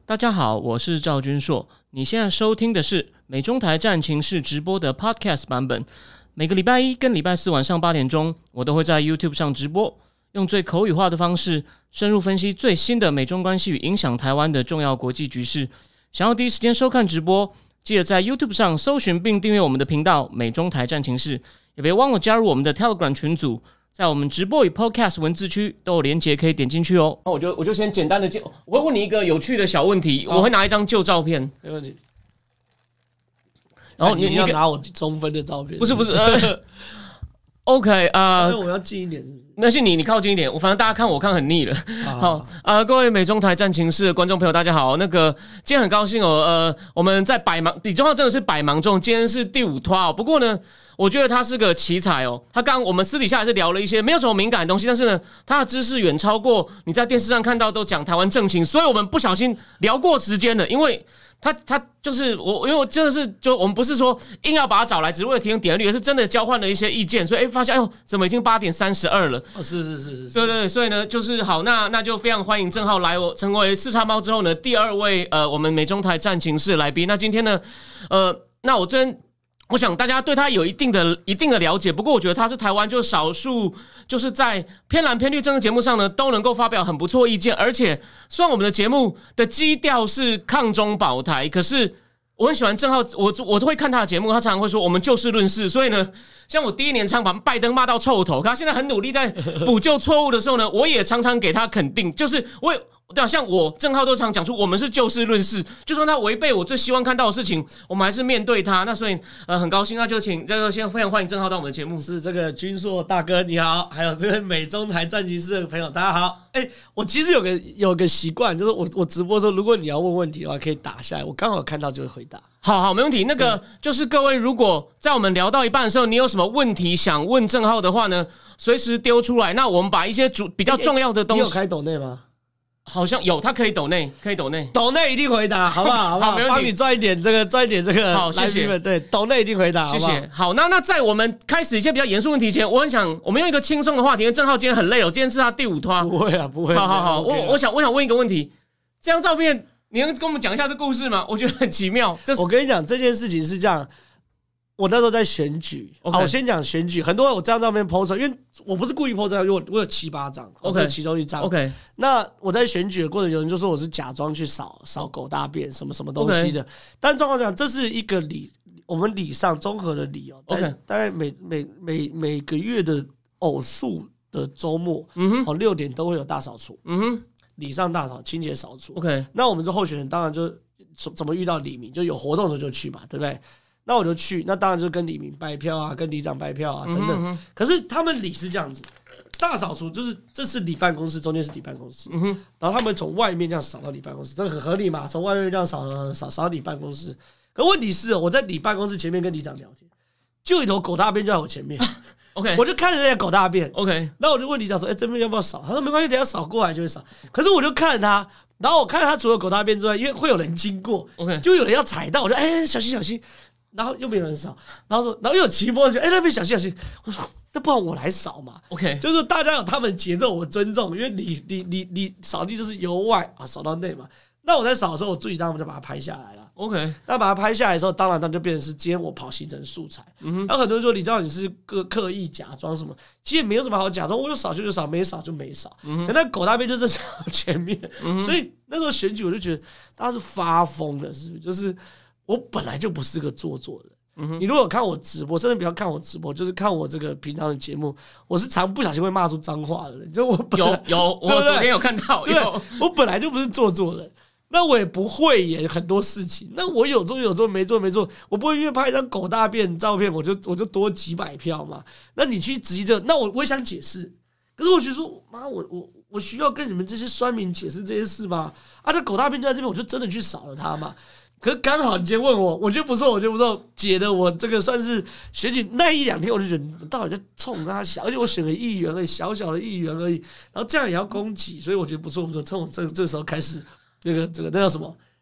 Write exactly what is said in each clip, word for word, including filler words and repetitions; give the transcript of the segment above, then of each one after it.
大家好，我是赵君硕。你现在收听的是美中台战情室直播的 Podcast 版本。每个礼拜一跟礼拜四晚上八点钟，我都会在 YouTube 上直播，用最口语化的方式，深入分析最新的美中关系与影响台湾的重要国际局势。想要第一时间收看直播，记得在 YouTube 上搜寻并订阅我们的频道美中台战情室，也别忘了加入我们的 Telegram 群组。在我们直播与 Podcast 文字区都有连结可以点进去哦。那我就我就先简单的，我会问你一个有趣的小问题，我会拿一张旧照片， 没问题。 然后你你要拿我中分的照片， 不是不是，呃 ，OK 啊、呃， 我要近一点是不是？ 那是你，你靠近一点，我反正大家看我看很腻了。好啊、呃，各位美中台战情室的观众朋友，大家好。那个今天很高兴哦，呃，我们在百忙，李宗浩真的是百忙中，今天是第五拖哦。不过呢，我觉得他是个奇才哦。他刚刚我们私底下还是聊了一些没有什么敏感的东西，但是呢，他的知识远超过你在电视上看到都讲台湾政情，所以我们不小心聊过时间了，因为。他他就是我，因为我真的是就我们不是说硬要把他找来，只是为了提升点阅率，而是真的交换了一些意见，所以哎发现哎呦，怎么已经八点三十二了？ 哦，是是是是， 对对对，所以呢，就是好，那那就非常欢迎郑浩来，我成为四叉猫之后呢，第二位呃我们美中台战情室来宾。那今天呢，呃，那我这边。我想大家对他有一定的一定的了解，不过我觉得他是台湾就少数，就是在偏蓝偏绿政治节目上呢，都能够发表很不错意见。而且虽然我们的节目的基调是抗中保台，可是我很喜欢郑浩，我我都会看他的节目，他常常会说我们就事论事。所以呢，像我第一年常把拜登骂到臭头，可他现在很努力在补救错误的时候呢，我也常常给他肯定，就是我也。对啊，像我郑浩都常讲出我们是就事论事，就算他违背我最希望看到的事情，我们还是面对他。那所以呃很高兴，那就请这个先非常欢迎郑浩到我们的节目。 是这个君硕大哥你好，还有这个美中台战情室的朋友大家好。哎，我其实有个有个习惯，就是我我直播的时候，如果你要问问题的话，可以打下来，我刚好看到就会回答。 好好，没问题。那个就是各位，如果在我们聊到一半的时候，你有什么问题想问郑浩的话呢，随时丢出来。那我们把一些主比较重要的东西， 你有开抖内吗？ 好像有，他可以抖内，可以抖内， 抖内一定回答，好不好？好不好？帮你赚一点这个，赚一点这个。 好，谢谢。 对，抖内一定回答， 谢谢。好，那那在我们开始一些比较严肃问题前，我很想我们用一个轻松的话题。郑浩今天很累哦，今天是他第五拖。 不会啊，不会。 好好好，我我想我想问一个问题，这张照片你能跟我们讲一下这故事吗？我觉得很奇妙。这我跟你讲，这件事情是这样。我那时候在选举， okay. 好，我先讲选举。很多人我这张照片 po 出来，因为我不是故意 po 出来，因为我我有七八张，我这其中一张。 OK， 那我在选举的过程，有人就说我是假装去扫扫狗大便，什么什么东西的。Okay. 但状况讲，这是一个礼，我们礼上综合的礼哦。 OK， 大概每每每每个月的偶数的周末， 嗯哼， 哦六点都会有大扫除， 嗯哼， 礼上大扫清洁扫除。 OK， 那我们这候选人当然就怎么遇到李明，就有活动的时候就去嘛，对不对？那我就去，那当然就是跟李明拜票啊，跟里长拜票啊等等。嗯、可是他们里是这样子，大扫除就是这是里办公室，中间是里办公室， 嗯、 然后他们从外面这样扫到里办公室，这个很合理嘛？从外面这样扫扫扫扫到里办公室。可问题是，我在里办公室前面跟里长聊天，就一头狗大便就在我前面。 OK， 我就看着那个狗大便。 OK， 那我就问里长说：“哎、欸，这边要不要扫？”他说：“没关系，等一下扫过来就会扫。”可是我就看着他，然后我看着他除了狗大便之外，因为会有人经过 ，OK， 就有人要踩到，我就哎、欸，小心小心。然后又没有人扫，然后说，然后又有骑摩托车，哎，那边小心小心。我说，那不然我来扫嘛。 OK， 就是大家有他们节奏，我尊重，因为你你你你扫地就是由外啊扫到内嘛。那我在扫的时候，我注意到他们就把它拍下来了。 OK， 那把它拍下来的时候，当然那就变成是今天我跑行程素材。嗯，然后很多人说，你知道你是刻刻意假装什么？其实没有什么好假装，我有扫就有扫，没扫就没扫。嗯，那狗大便就是扫前面，嗯，所以那时候选举我就觉得大家是发疯了，是不是？就是我本来就不是个做作的人。嗯，你如果有看我直播，甚至不要看我直播，就是看我这个平常的节目，我是常不小心会骂出脏话的人。就我本有有，我昨天有看到，有我本来就不是做作人，那我也不会演很多事情。那我有做有做，没做没做，我不会因为拍一张狗大便照片，我就我就多几百票嘛。那你去质疑这，那我我也想解释，可是我觉得说，妈，我我我需要跟你们这些酸民解释这些事吗？啊，那狗大便就在这边，我就真的去扫了它嘛。可是刚好你今天问我，我觉得不错，我觉得不错，解的我这个算是选举那一两天，我就觉得你到底在冲他小，而且我选个议员而已，小小的议员而已，然后这样也要攻击，所以我觉得不错，不错。趁我这这时候开始，这个这个那叫什么？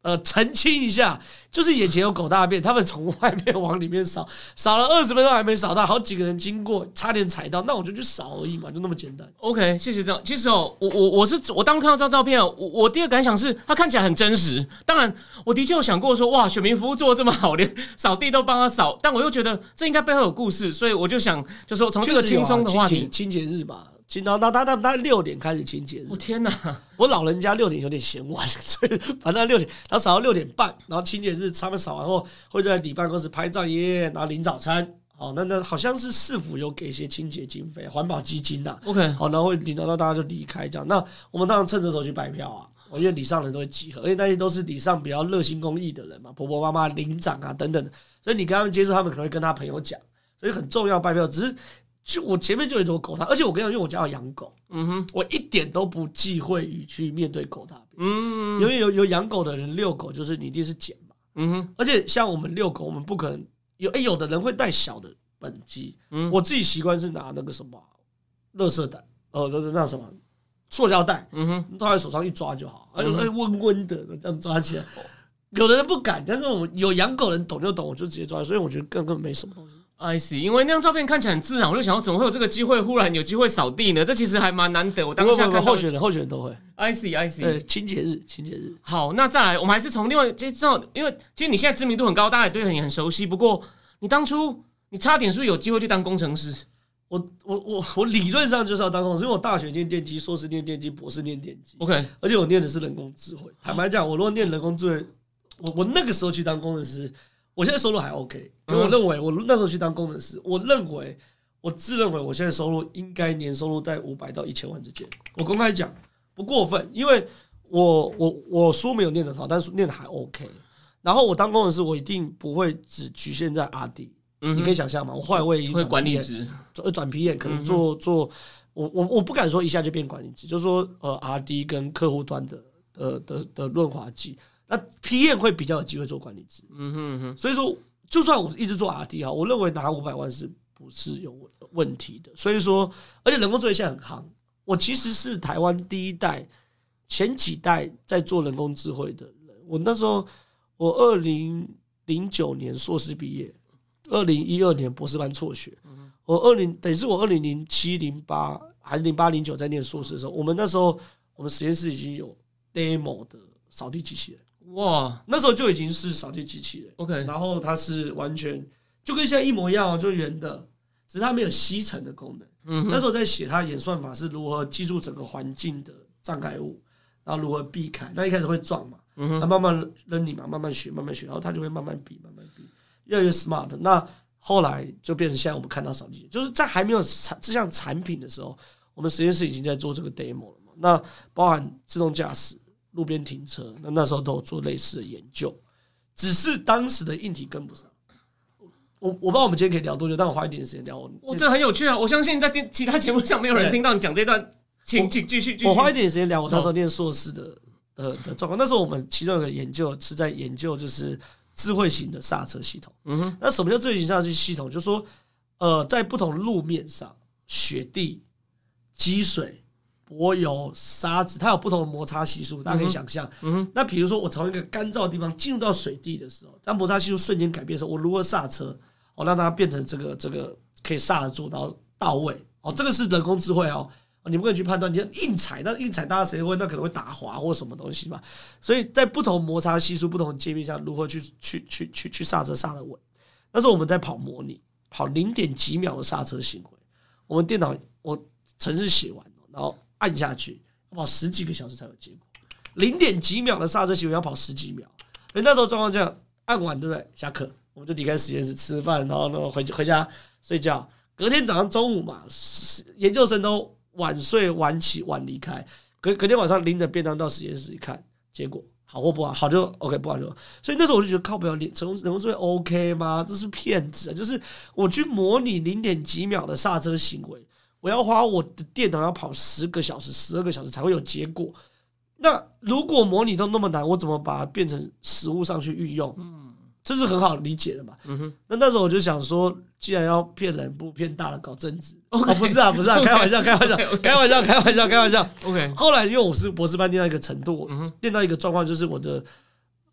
呃，澄清一下，就是眼前有狗大便，他们从外面往里面扫，扫了二十分钟还没扫到，好几个人经过，差点踩到，那我就去扫而已嘛，就那么简单。 OK， 谢谢这样。其实哦，我我我是我当初看到这张照片哦，我我第二感想是它看起来很真实。当然，我的确有想过说，哇，选民服务做得这么好，连扫地都帮他扫，但我又觉得这应该背后有故事，所以我就想，就说从这个轻松的话题， 清洁日嘛。然后他他他他六点开始清洁日， 我天哪！ 我老人家六点有点嫌晚，所以反正六点，然后扫到六点半，然后清洁日他们扫完后会在里办公室拍照耶，然后领早餐。好，那那好像是市府有给一些清洁经费，环保基金呐。 OK， 好，然后会领到大家就离开这样。那我们当然趁这时候去拜票啊，因为里上人都会集合，而且那些都是里上比较热心公益的人嘛，婆婆妈妈、领长啊等等的，所以你跟他们接触，他们可能会跟他朋友讲，所以很重要拜票。只是就我前面就有一坨狗大，而且我跟你讲，因为我家有养狗，嗯哼，我一点都不忌讳于去面对狗大便，嗯，因为有有养狗的人遛狗，就是你一定是捡嘛，嗯哼，而且像我们遛狗，我们不可能有哎、欸，有的人会带小的本机，嗯，我自己习惯是拿那个什么垃圾袋，呃，就是那什么塑胶袋，嗯哼，放在手上一抓就好，哎、嗯，温温的这样抓起来。有的人不敢，但是我们有养狗人懂就懂，我就直接抓，所以我觉得根本没什么东西。 I see， 因为那张照片看起来很自然，我就想到怎么会有这个机会，忽然有机会扫地呢？这其实还蛮难得。我当下看到候选人，候选人都会。 I see， I see。 对，清洁日，清洁日。 好，那再来，我们还是从另外，就知道，因为其实你现在知名度很高，大家也对你很熟悉。不过，你当初你差点是不是有机会去当工程师？ 我我我我理论上就是要当工程师，因为我大学念电机，硕士念电机，博士念电机。 OK， 而且我念的是人工智慧。坦白讲，我如果念人工智慧，我我那个时候去当工程师。我现在收入还 OK， 因为我认为我那时候去当工程师，我认为我自认为我现在收入应该年收入在五百到一千万之间。我公开讲不过分，因为我我我书没有念得好，但是念得还 OK。然后我当工程师，我一定不会只局限在 R D，嗯，你可以想象嘛，我后来我也会管理职， 转 P M， 可能做做我我我不敢说一下就变管理职，就是说呃 R D 跟客户端的的的的润滑剂。那 P M 会比较有机会做管理职，嗯哼哼，所以说就算我一直做 R D 哈，我认为拿五百万是不是有问题的？所以说，而且人工智慧现在很夯，我其实是台湾第一代、前几代在做人工智慧的人。我那时候我二零零九年硕士毕业，二零一二年博士班辍学，我二零等于是我二零零七零八还是零八零九在念硕士的时候，我们那时候我们实验室已经有 demo 的扫地机器人。哇，那时候就已经是扫地机器人 ，OK， 然后它是完全就跟现在一模一样哦，就圆的，只是它没有吸尘的功能。嗯，那时候在写它演算法是如何记住整个环境的障碍物，然后如何避开。那一开始会撞嘛，嗯，它慢慢扔你嘛，慢慢学，慢慢学，然后它就会慢慢避，慢慢避，越来越 smart。那后来就变成现在我们看到扫地机，就是在还没有这项产品的时候，我们实验室已经在做这个 demo 了嘛。那包含自动驾驶。路边停车，那那时候都有做类似的研究，只是当时的硬体跟不上。我我不知道我们今天可以聊多久，但我花一点时间聊。 我这很有趣啊！我相信在其他节目上没有人听到你讲这段，请请继续继续。 我花一点时间聊我那时候念硕士的的的状况。那时候我们其中有个研究是在研究就是智慧型的刹车系统。嗯哼，那什么叫智慧型刹车系统？就是说，呃，在不同路面上，雪地、积水。柏油、沙子，它有不同的摩擦系数，大家可以想象。嗯、那比如说，我从一个干燥的地方进入到水地的时候，当摩擦系数瞬间改变的时候，我如何刹车，我、哦、让它变成这个这个可以刹得住，然后到位。哦，这个是人工智慧哦，你不可以去判断，你硬踩，那硬踩大家谁会？那可能会打滑或什么东西嘛。所以在不同摩擦系数、不同的界面下，如何去去去去去刹车刹得稳？那时候我们在跑模拟，跑零点几秒的刹车行为。我们电脑我程式写完，然后按下去，要跑十几个小时才有结果。零点几秒的刹车行为要跑十几秒，所以那时候状况这样，按完对不对？下课我们就离开实验室吃饭，然后呢回回家睡觉。隔天早上中午嘛，研究生都晚睡晚起晚离开，隔隔天晚上拎着便当到实验室一看，结果好或不好，好就 OK， 不好就。所以那时候我就觉得靠不了，人工人工智慧 OK 吗？这是骗子啊！就是我去模拟零点几秒的刹车行为。我要花我的电脑要跑十个小时、十二个小时才会有结果。那如果模拟都那么难，我怎么把它变成实物上去运用？嗯，这是很好理解的嘛。嗯哼。那那时候我就想说，既然要骗人，不骗大了，搞政治。Okay, 哦，不是啊，不是啊， okay, 开玩笑，开玩笑， okay, 开玩笑，开玩笑，开玩笑。OK。后来因为我是博士班念到一个程度，嗯、念到一个状况，就是我的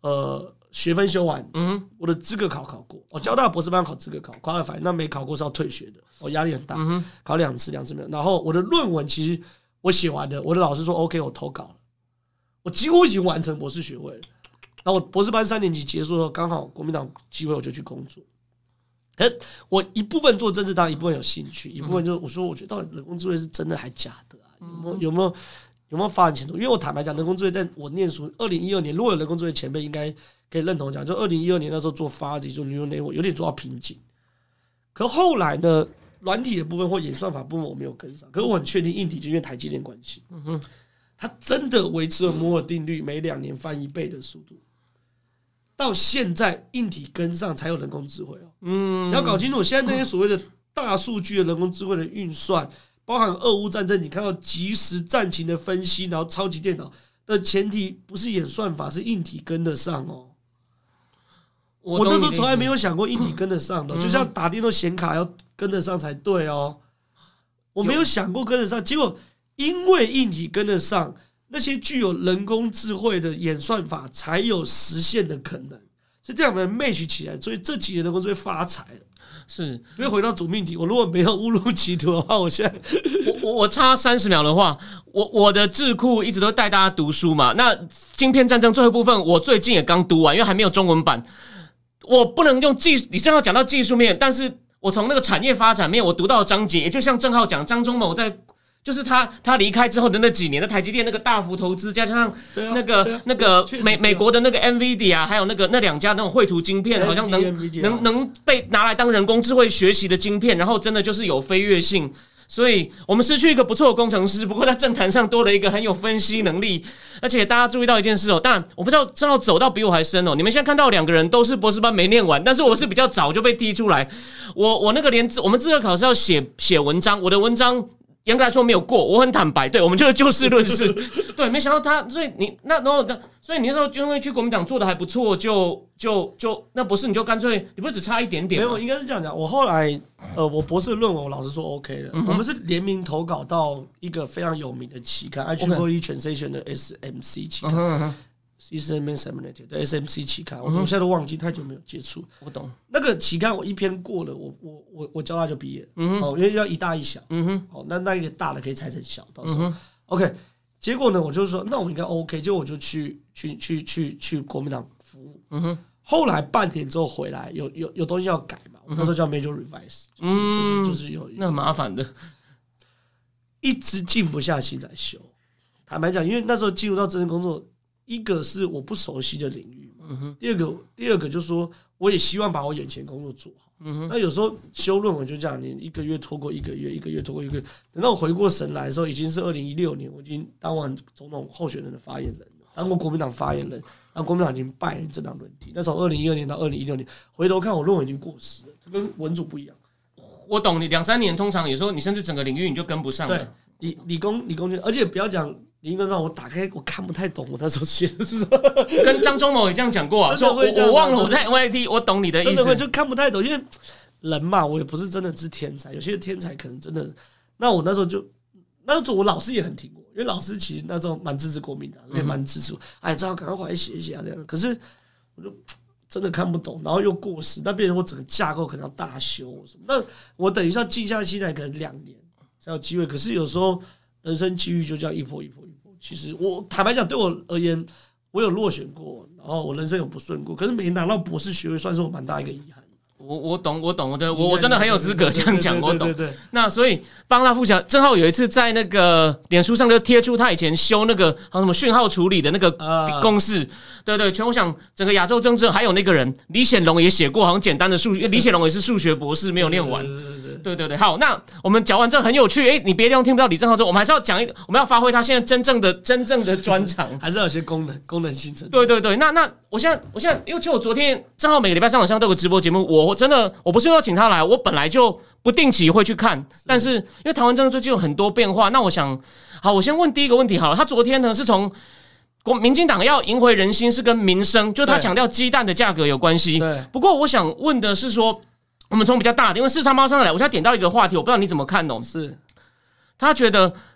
呃学分修完， 嗯， 我的资格考考过，我、哦、交大博士班考资格考，考了反正那没考过是要退学的，我、哦、压力很大，嗯、考两次两次没有。然后我的论文其实我写完的，我的老师说 OK， 我投稿了，我几乎已经完成博士学位了。然后我博士班三年级结束的时候，刚好国民党机会我就去工作。可我一部分做政治，当然一部分有兴趣，一部分就是我说，我觉得到底人工智慧是真的还假的啊？有没有有没有有没有发展前途？因为我坦白讲，人工智慧在我念书二零一二年，如果有人工智慧前辈，应该可以认同讲，就二零一二年那时候做发展做 neural network 有点做到瓶颈。可后来呢，软体的部分或演算法部分我没有跟上，可是我很确定硬体就因为台积电关系，它真的维持了摩尔定律，每两年翻一倍的速度。到现在硬体跟上才有人工智慧哦，嗯，你要搞清楚，现在那些所谓的大数据的人工智慧的运算，包含俄乌战争，你看到即时战情的分析，然后超级电脑的前提不是演算法，是硬体跟得上哦。我, 我那时候从来没有想过硬体跟得上的，嗯、就像打电动显卡要跟得上才对哦，我没有想过跟得上，结果因为硬体跟得上。那些具有人工智慧的演算法才有实现的可能，是这样的 match 起来，所以这几年人工智慧发财了。 是， 因为回到主命题，我如果没有误入歧途的话，我现在我我差三十秒的话，我我的智库一直都带大家读书嘛。那晶片战争最后一部分，我最近也刚读完，因为还没有中文版，我不能用技，你正好讲到技术面，但是我从那个产业发展面，我读到的章节，也就像正浩讲，张忠谋在。就是他，他离开之后的那几年的台积电那个大幅投资，加上那个、啊啊、那个美美国的那个 NVIDIA， 还有那个那两家那种绘图晶片，好像能能能被拿来当人工智慧学习的晶片，然后真的就是有飞跃性。所以我们失去一个不错的工程师，不过在政坛上多了一个很有分析能力，而且大家注意到一件事哦，当然我不知道正好走到比我还深哦。你们现在看到两个人都是博士班没念完，但是我是比较早就被踢出来。我我那个连我们资格考试要写写文章，我的文章。严格来说没有过，我很坦白，对我们就是就事论事，对，没想到他，所以你那然后，所以你那时候就因为去国民党做的还不错，就就就那不是你就干脆你不是只差一点点？ 没有，应该是这样讲。我后来呃，我博士论文我老实说 OK 了，嗯、我们是联名投稿到一个非常有名的期刊 I Triple E Translation 的 S M C 期刊。嗯 Examination 的 S M C 期刊，我我现在都忘记，太久没有接触。 我懂那个期刊，我一篇过了，我我我我交大就毕业了。嗯哼，因为要一大一小。嗯哼，好，那那一个大的可以拆成小，到时候、嗯、OK。结果呢，我就说，那我应该 OK， 结果我就去去去去去国民党服务。嗯哼，后来半年之后回来，有有有东西要改嘛，我那时候叫 Major Revise， 就是、嗯、就是就是有那很麻烦的， 一直静不下心来修。坦白讲，因为那时候进入到真正工作。一个是我不熟悉的领域嘛，嗯、第二个第二个就是说，我也希望把我眼前工作做好。嗯、那有时候修论文就这样，你一个月拖过一个月，一个月拖过一个月，等到我回过神来的时候，已经是二零一六年，我已经当完总统候选人的发言人了，当过国民党发言人，然后国民党已经败了政党轮替。那从二零一二年到二零一六年，回头看我论文已经过时了，跟文组不一样。 我懂你，两三年通常有时候你甚至整个领域你就跟不上了。 对，理理工理工而且不要讲。理论上我打开我看不太懂，我那时候写的是什么？ 跟张忠谋也这样讲过啊，说我我忘了我在 N Y T， 我懂你的意思， 真的会就看不太懂，因为人嘛，我也不是真的是天才，有些天才可能真的。那我那时候就，那时候我老师也很挺我，因为老师其实那时候蛮支持国民党，也蛮支持我，哎，正好赶快回来写一写啊这样。可是我就真的看不懂，然后又过时，那变成我整个架构可能要大修什么。那我等于要静下心来，可能两年才有机会。可是有时候人生机遇就这样一波一波一波。其实我坦白讲，对我而言，我有落选过，然后我人生有不顺过，可是没拿到博士学位，算是我蛮大一个遗憾。 我我懂，我懂，我的我我真的很有资格这样讲，我懂。那所以帮他复习，正好有一次在那个脸书上就贴出他以前修那个还有什么讯号处理的那个公式，啊、对对，全我想整个亚洲政治还有那个人李显龙也写过，好像简单的数学，李显龙也是数学博士，没有念完。对对对，好，那我们讲完这很有趣，哎，你别地方听不到李正浩之后，我们还是要讲一个，我们要发挥他现在真正的真正的专长， 还是要有些功能功能性成。 对对对，那那我现在我现在，因为就我昨天正好每个礼拜三晚上都有个直播节目，我真的我不是要请他来，我本来就不定期会去看，但是因为台湾政治最近有很多变化，那我想，好，我先问第一个问题好了，他昨天呢是从国民进党要赢回人心是跟民生，就是他强调鸡蛋的价格有关系。对，不过我想问的是说。我们从比较大的，因为四叉猫上来，我现在点到一个话题，我不知道你怎么看哦。 是， 他觉得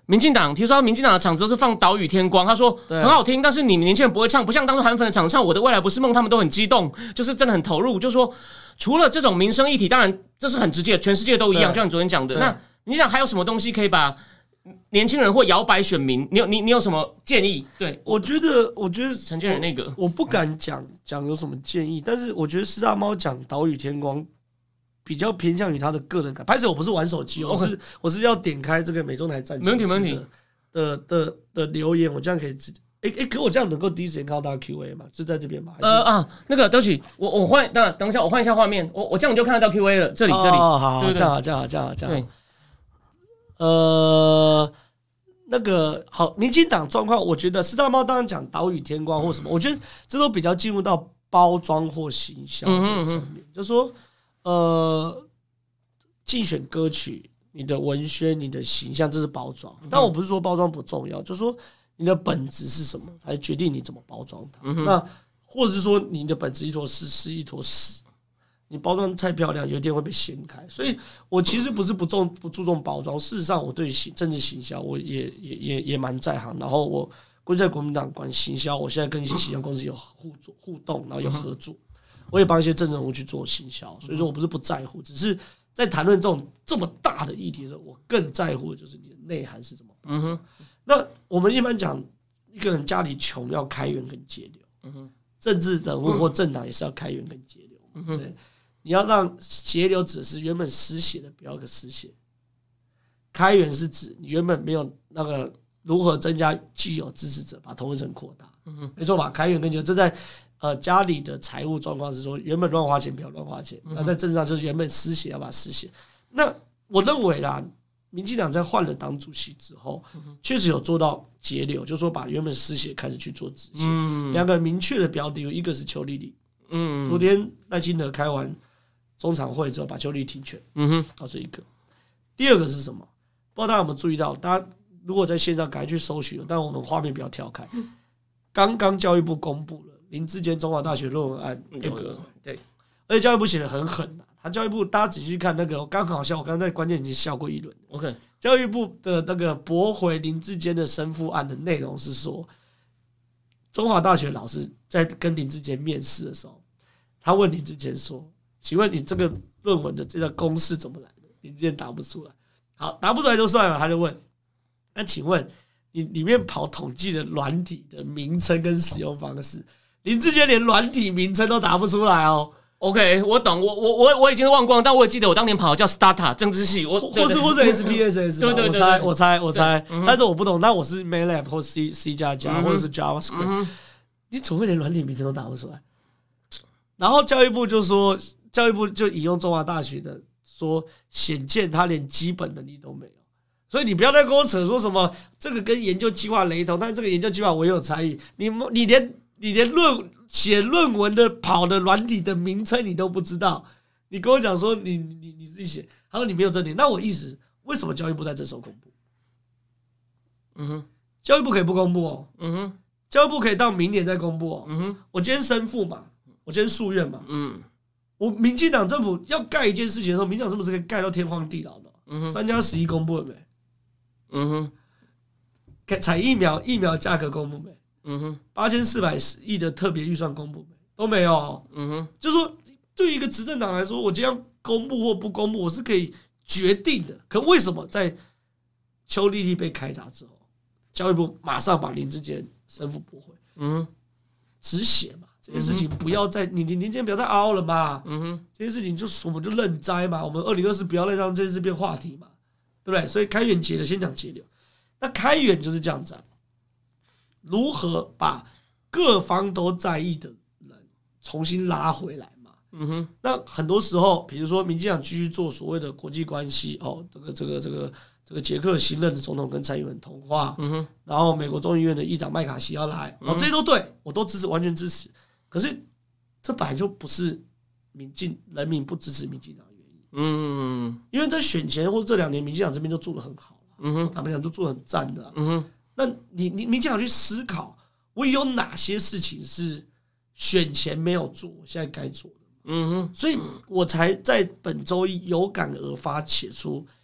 民进党，听说民进党的场子都是放《岛屿天光》，他说很好听，但是你们年轻人不会唱，不像当初韩粉的场唱《我的未来不是梦》，他们都很激动，就是真的很投入。就是说，除了这种民生议题，当然这是很直接的，全世界都一样，就像你昨天讲的。那民进党还有什么东西可以把年轻人或摇摆选民？你有你你有什么建议？对， 我觉得，我觉得陈建仁那个， 我, 我不敢讲讲有什么建议，但是我觉得四大猫讲《岛屿天光》。比较偏向于他的个人感，拍摄我不是玩手机，我是我是要点开这个美中台战情室的的的的留言，我这样可以直接，哎哎，可我这样能够第一时间看到大家 Q A 吗？是在这边吗？ 呃啊，那个对不起，我我换，等等一下，我换一下画面，我我这样就看得到 Q A 了，这里这里， 哦，好好，这样好，这样好，这样好，这样好。呃，那个好，民进党状况，我觉得四大猫当然讲岛屿天光或什么，我觉得这都比较进入到包装或行销的层面，就是说。呃，竞选歌曲，你的文宣、你的形象，这是包装。但我不是说包装不重要，就是说你的本质是什么，来决定你怎么包装它。嗯、那或者是说你的本质一坨屎是一坨屎，你包装太漂亮，有一天会被掀开。所以我其实不是不重不注重包装，事实上我对政治行销我也也也也蛮在行。然后我过去在国民党管行销，我现在跟一些行销公司有互作互动，然后有合作。我也帮一些政治人物去做行销，所以说我不是不在乎，只是在谈论这种这么大的议题的时候，我更在乎的就是你的内涵是怎么。嗯哼。那我们一般讲，一个人家里穷要开源跟节流，嗯哼。政治人物或政党也是要开源跟节流，嗯哼。对，你要让节流指的是原本失血的不要个失血，开源是指你原本没有那个如何增加既有支持者，把同温层扩大，嗯哼。没错吧？开源跟节流，这在。呃，家里的财务状况是说，原本乱花钱不要乱花钱，那在政治上就是原本失血要把它失血。那我认为啦，民进党在换了党主席之后，确实有做到节流，就是说把原本失血开始去做执行。两个明确的标的，一个是邱丽丽，嗯，昨天赖清德开完中常会之后，把邱丽停权，嗯哼，好，这一个。第二个是什么？不知道大家有没有注意到？大家如果在线上赶快去搜寻，但我们画面不要跳开。刚刚教育部公布了。林智坚中华大学论文案那个，对，而且教育部写的很狠啊。他教育部大家仔细看那个，我刚好笑，我刚刚在关键已经笑过一轮。OK， 教育部的那个驳回林智坚的生父案的内容是说，中华大学老师在跟林智坚面试的时候，他问林智坚说：“请问你这个论文的这个公式怎么来的？”林智坚答不出来。好，答不出来就算了，他就问：“那请问你里面跑统计的软体的名称跟使用方式？”林智坚连软体名称都答不出来哦。 OK， 我懂，我我我我已经忘光，但我也记得我当年跑的叫 Stata 政治系，我或是或是 S P S S， 对对对， 我猜我猜我猜，但是我不懂，那我是 MATLAB 或 C C 加加或者是 JavaScript， 你怎么会连软体名称都答不出来？然后教育部就说，教育部就引用中华大学的说，显见他连基本能力都没有。所以你不要再跟我扯说什么这个跟研究计划雷同，但这个研究计划我也有参与，你你连。你连论写论文的跑的软体的名称你都不知道，你跟我讲说你你你自己写，他说你没有证明，那我意思为什么教育部在这时候公布？嗯哼，教育部可以不公布哦，嗯哼，教育部可以到明年再公布哦，嗯哼，我今天申复嘛，我今天诉愿嘛，嗯，我民进党政府要盖一件事情的时候，民进党政府是可以盖到天荒地老的，嗯哼，三加十一公布了没？嗯哼，采疫苗疫苗价格公布没？嗯哼，八千四百亿的特别预算公布没？都没有、哦。嗯哼，就是说，对于一个执政党来说，我今天公布或不公布，我是可以决定的。可为什么在邱丽丽被开闸之后，教育部马上把林智坚生父驳回？嗯，止血嘛，这件事情不要再你你林智坚不要再凹了嘛。嗯哼，这件事情就我们就认栽嘛，我们二零二四不要再让这件事变话题嘛，对不对？所以开源节流，先讲节流。那开源就是这样子啊。如何把各方都在意的人重新拉回来嘛？嗯哼，那很多时候，比如说民进党继续做所谓的国际关系，哦，这个这个这个这个捷克新任的总统跟蔡英文通话，嗯哼，然后美国众议院的议长麦卡锡要来，哦，这些都对我都支持，完全支持。可是这本来就不是民进人民不支持民进党的原因，嗯，因为在选前或者这两年，民进党这边就做得很好，嗯哼，他们讲就做得很赞的、啊，嗯哼。那你你民进党去思考，我有哪些事情是选前没有做，我现在该做的？嗯哼，所以我才在本周一有感而发，写出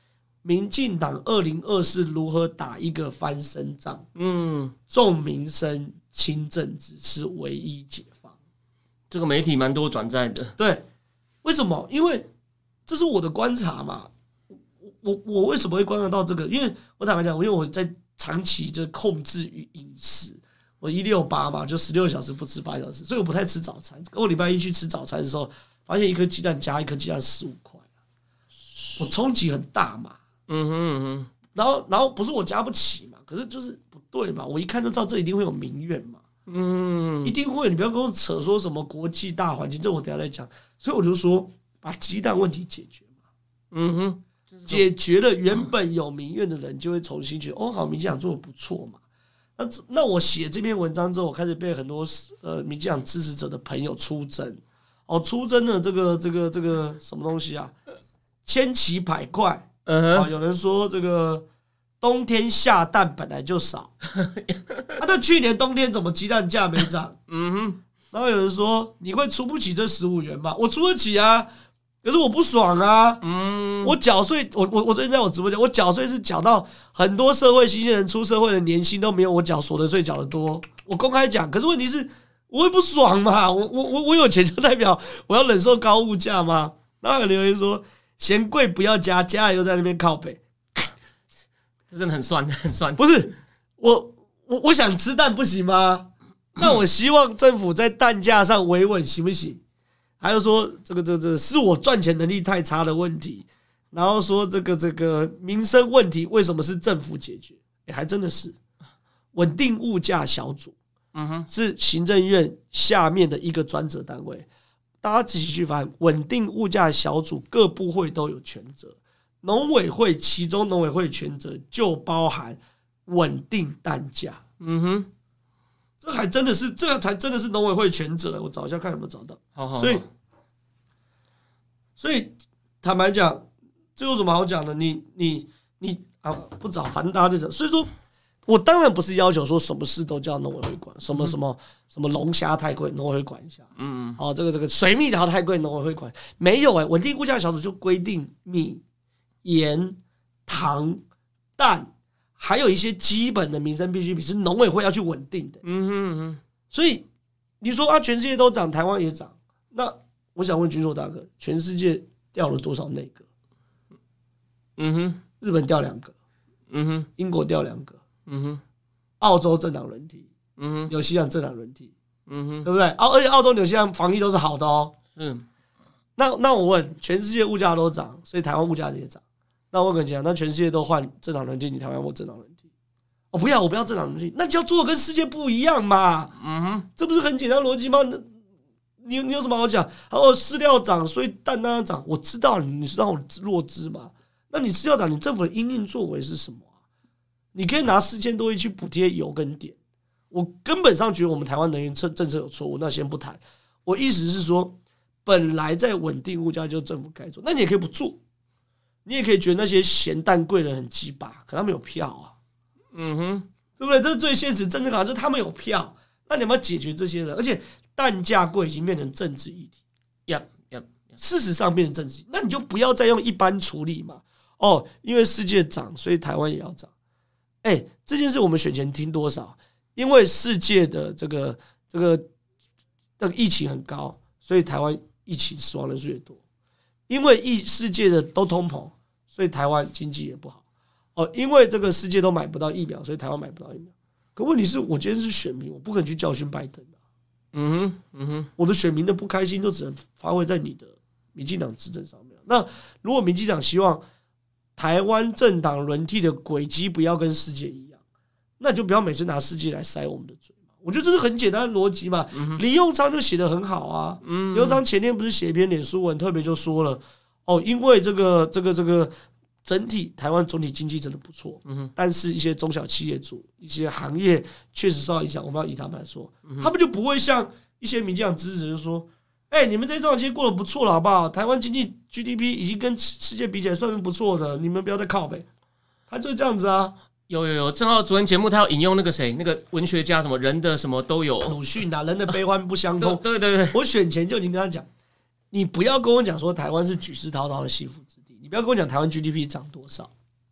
民进党二零二四如何打一个翻身仗？ 嗯， 重民生轻政治是唯一解方。 这个媒体蛮多转载的。 对，为什么？因为这是我的观察嘛。我我为什么会观察到这个？因为我坦白讲，因为我在长期就控制于饮食，我一六八嘛，就十六小时不吃八小时，所以我不太吃早餐。我礼拜一去吃早餐的时候，发现一颗鸡蛋加一颗鸡蛋十五块，我冲击很大嘛。 嗯哼嗯哼， 然后然后不是我加不起嘛，可是就是不对嘛，我一看就知道这一定会有民怨嘛。嗯，一定会。你不要跟我扯说什么国际大环境，这我等一下再讲。所以我就说，把鸡蛋问题解决嘛。嗯哼。解决了原本有民怨的人，就会重新觉得哦，好，民进党做的不错嘛。那那我写这篇文章之后，我开始被很多呃民进党支持者的朋友出征，哦，出征的这个这个这个什么东西啊？千奇百怪。嗯、啊，有人说这个冬天下蛋本来就少，啊，那去年冬天怎么鸡蛋价没涨？嗯哼。然后有人说你会出不起这十五元吧？我出得起啊。可是我不爽啊！嗯，我缴税，我我我最近在我直播讲，我缴税是缴到很多社会新鲜人出社会的年薪都没有我缴所得税缴的多。我公开讲，可是问题是，我会不爽嘛？我我我我有钱就代表我要忍受高物价吗？然后有留言说嫌贵不要加，加了又在那边靠北， 这真的很酸很酸。 不是我我我想吃蛋不行吗？那我希望政府在蛋价上维稳行不行？还有说这个这个这个是我赚钱能力太差的问题，然后说这个这个民生问题为什么是政府解决？欸、还真的是稳定物价小组，嗯哼，是行政院下面的一个专责单位。大家仔细去翻，稳定物价小组各部会都有权责，农委会其中农委会权责就包含稳定蛋价，嗯哼。这还真的是，这个才真的是农委会全责。我找一下看有没有找到。好好好，所以，所以坦白讲，这有什么好讲的？你你你啊，不找，反正大家就讲。所以说，我当然不是要求说什么事都叫农委会管，什么什么什么龙虾太贵，农委会管一下。嗯，哦，这个这个水蜜桃太贵，农委会管。没有哎、欸，稳定物价小组就规定米、盐、糖、蛋。还有一些基本的民生必需品是农委会要去稳定的，嗯哼嗯哼。所以你说啊，全世界都涨，台湾也涨，那我想问军硕大哥，全世界掉了多少内阁？嗯哼，日本掉两个，嗯哼，英国掉两个，嗯哼，澳洲政党轮替，嗯哼，纽西兰政党轮替，嗯哼，对不对？啊，而且澳洲、纽西兰防疫都是好的哦。嗯，那那我问，全世界物价都涨，所以台湾物价也涨。那我跟你讲，那全世界都换政党轮替，你台湾或政党轮替？我、哦、不要，我不要政党轮替，那就要做的跟世界不一样嘛。嗯哼，这不是很简单逻辑吗？你你有什么好讲？哦，饲料涨，所以蛋当然涨。我知道你，你是让我弱智嘛？那你饲料涨，你政府的因应作为是什么啊？你可以拿四千多亿去补贴油跟电。我根本上觉得我们台湾能源政策有错误，那先不谈。我意思是说，本来在稳定物价就是政府该做，那你也可以不做。你也可以觉得那些嫌蛋贵的人很鸡巴，可他们有票啊，嗯哼，对不对？这是最现实政治考量，就是他们有票。那你要不要解决这些人？而且蛋价贵已经变成政治议题，呀呀，事实上变成政治议题，那你就不要再用一般处理嘛。哦，因为世界涨，所以台湾也要涨。哎、欸，这件事我们选前听多少？因为世界的这个这个这个疫情很高，所以台湾疫情死亡人数也多。因为疫世界的都通膨，所以台湾经济也不好。哦，因为这个世界都买不到疫苗，所以台湾买不到疫苗。可问题是我今天是选民，我不可能去教训拜登的、啊。嗯哼，嗯哼，我的选民的不开心就只能发挥在你的民进党执政上面。那如果民进党希望台湾政党轮替的轨迹不要跟世界一样，那你就不要每次拿世界来塞我们的嘴。我觉得这是很简单的逻辑嘛。嗯、李永昌就写得很好啊。嗯，李永昌前天不是写一篇脸书文，特别就说了，哦，因为这个这个这个整体台湾总体经济真的不错，嗯，但是一些中小企业主、一些行业确实受到影响。我们要以他们来说，嗯、他们就不会像一些民进党支持者就说，哎、欸，你们这些中小企业过得不错了，好不好？台湾经济 G D P 已经跟世界比起来算是不错的，你们不要再靠北。他就这样子啊。 有有有，正好昨天节目他要引用那个谁，那个文学家什么人的什么都有， 鲁迅啊，人的悲欢不相通。 对对对， 我选前就已经跟他讲，你不要跟我讲说台湾是举世滔滔的幸福之地，你不要跟我讲台湾 G D P 涨多少，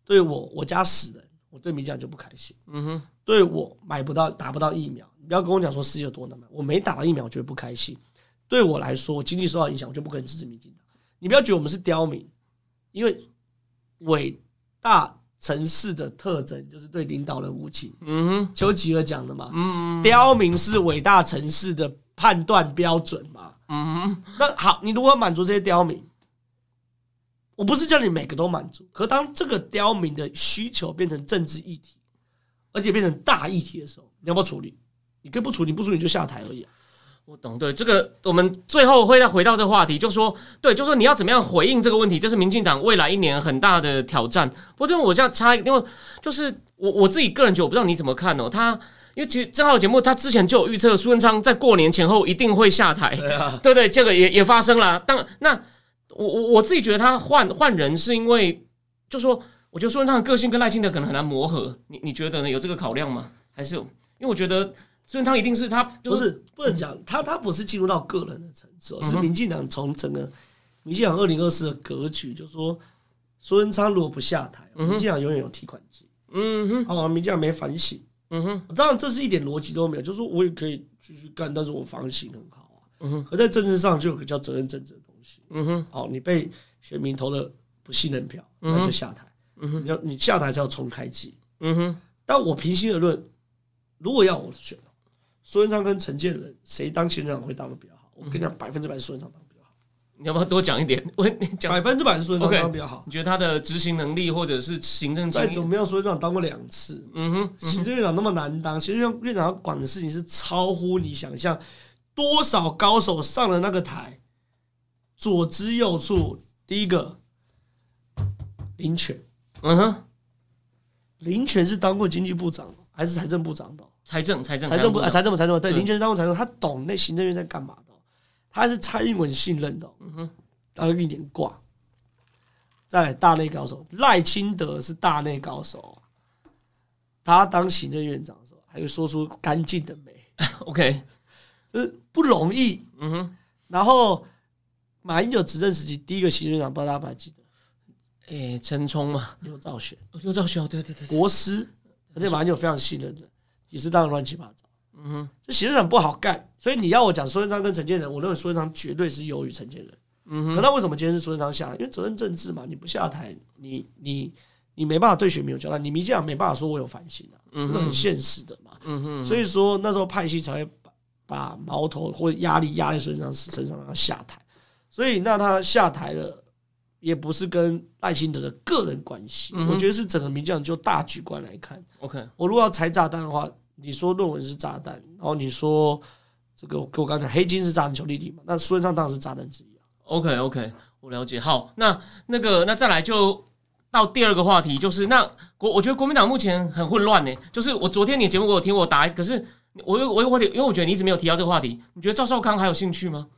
对我我家死人，我对民进党就不开心。嗯哼，对我买不到打不到疫苗，你不要跟我讲说世界有多难买，我没打到疫苗我就会不开心。对我来说，我经济受到影响，我就不可能支持民进党。你不要觉得我们是刁民，因为伟大城市的特征就是对领导人无情。嗯哼，丘吉尔讲的嘛，嗯，刁民是伟大城市的判断标准嘛。嗯哼，那好，你如何满足这些刁民？我不是叫你每个都满足，可当这个刁民的需求变成政治议题，而且变成大议题的时候，你要不要处理？你可以不处理，不处理就下台而已啊。 我懂，对这个，我们最后会再回到这个话题，就说，对，就说你要怎么样回应这个问题，这是民进党未来一年很大的挑战。不过，这我这样插，因为就是我我自己个人觉得，我不知道你怎么看哦。他因为其实正好节目他之前就有预测，苏贞昌在过年前后一定会下台，对啊，对对，这个也也发生了。当那我我我自己觉得他换换人是因为，就说我觉得苏贞昌的个性跟赖清德可能很难磨合，你你觉得呢？有这个考量吗？还是因为我觉得。苏贞昌一定是他、就是、 不是不能讲他，他不是进入到个人的层次、哦嗯，是民进党从整个民进党二零二四的格局，就说苏贞昌如果不下台，嗯、民进党永远有提款机。嗯哼，哦，民进党没反省。嗯哼，当然这是一点逻辑都没有，就是说我也可以继续干，但是我反省很好啊。嗯哼，可在政治上就有个叫责任政治的东西。嗯哼，哦，你被选民投了不信任票，那就下台。嗯哼，你要你下台才要重开机。嗯哼，但我平心而论，如果要我选。苏贞昌跟陈建仁谁当行政长会当的比较好？我跟你讲，百分之百是苏贞昌当的比较好。 你要不要多讲一点？我讲百分之百是苏贞昌当的比较好。 Okay, 你觉得他的执行能力或者是行政再怎么样，苏贞昌当过两次。嗯哼，行政院长那么难当，行政院长要管的事情是超乎你想象，多少高手上了那个台，左支右绌。第一个林全，嗯哼，林全是当过经济部长还是财政部长的？ 财政财政财政部啊，财政部财政部对，林全当过财政，他懂那行政院在干嘛的，他是蔡英文信任的，嗯哼，当一年挂。再来大内高手赖清德是大内高手，他当行政院长的时候，还会说出干净的美 ，OK， 就是不容易，嗯哼。然后马英九执政时期第一个行政院长，不知道大家还记得？ 哎、欸，陈冲嘛， 刘兆玄， 刘兆玄，对对对， 国师，而且马英九非常信任的。也是当然乱七八糟，嗯哼，这行政长不好干，所以你要我讲苏贞昌跟陈建仁，我认为苏贞昌绝对是优于陈建仁，嗯哼。可那为什么今天是苏贞昌下台？因为责任政治嘛，你不下台，你你你没办法对选民有交代，你民进党没办法说我有反省啊，这是很现实的嘛，嗯哼。所以说那时候派系才会把把矛头或压力压在苏贞昌身上，让他下台。所以那他下台了，也不是跟赖清德的个人关系，嗯、我觉得是整个民进党就大局观来看。OK， 我如果要拆炸弹的话，你说论文是炸弹，然后你说这个跟我刚才黑金是炸弹球弟弟嘛，那苏贞昌当然是炸弹之一啊。 OK OK， 我了解。好，那那个那再来就到第二个话题，就是那国我觉得国民党目前很混乱呢。就是我昨天你节目我有听我答，可是我有我有话题，因为我觉得你一直没有提到这个话题，你觉得赵少康还有兴趣吗？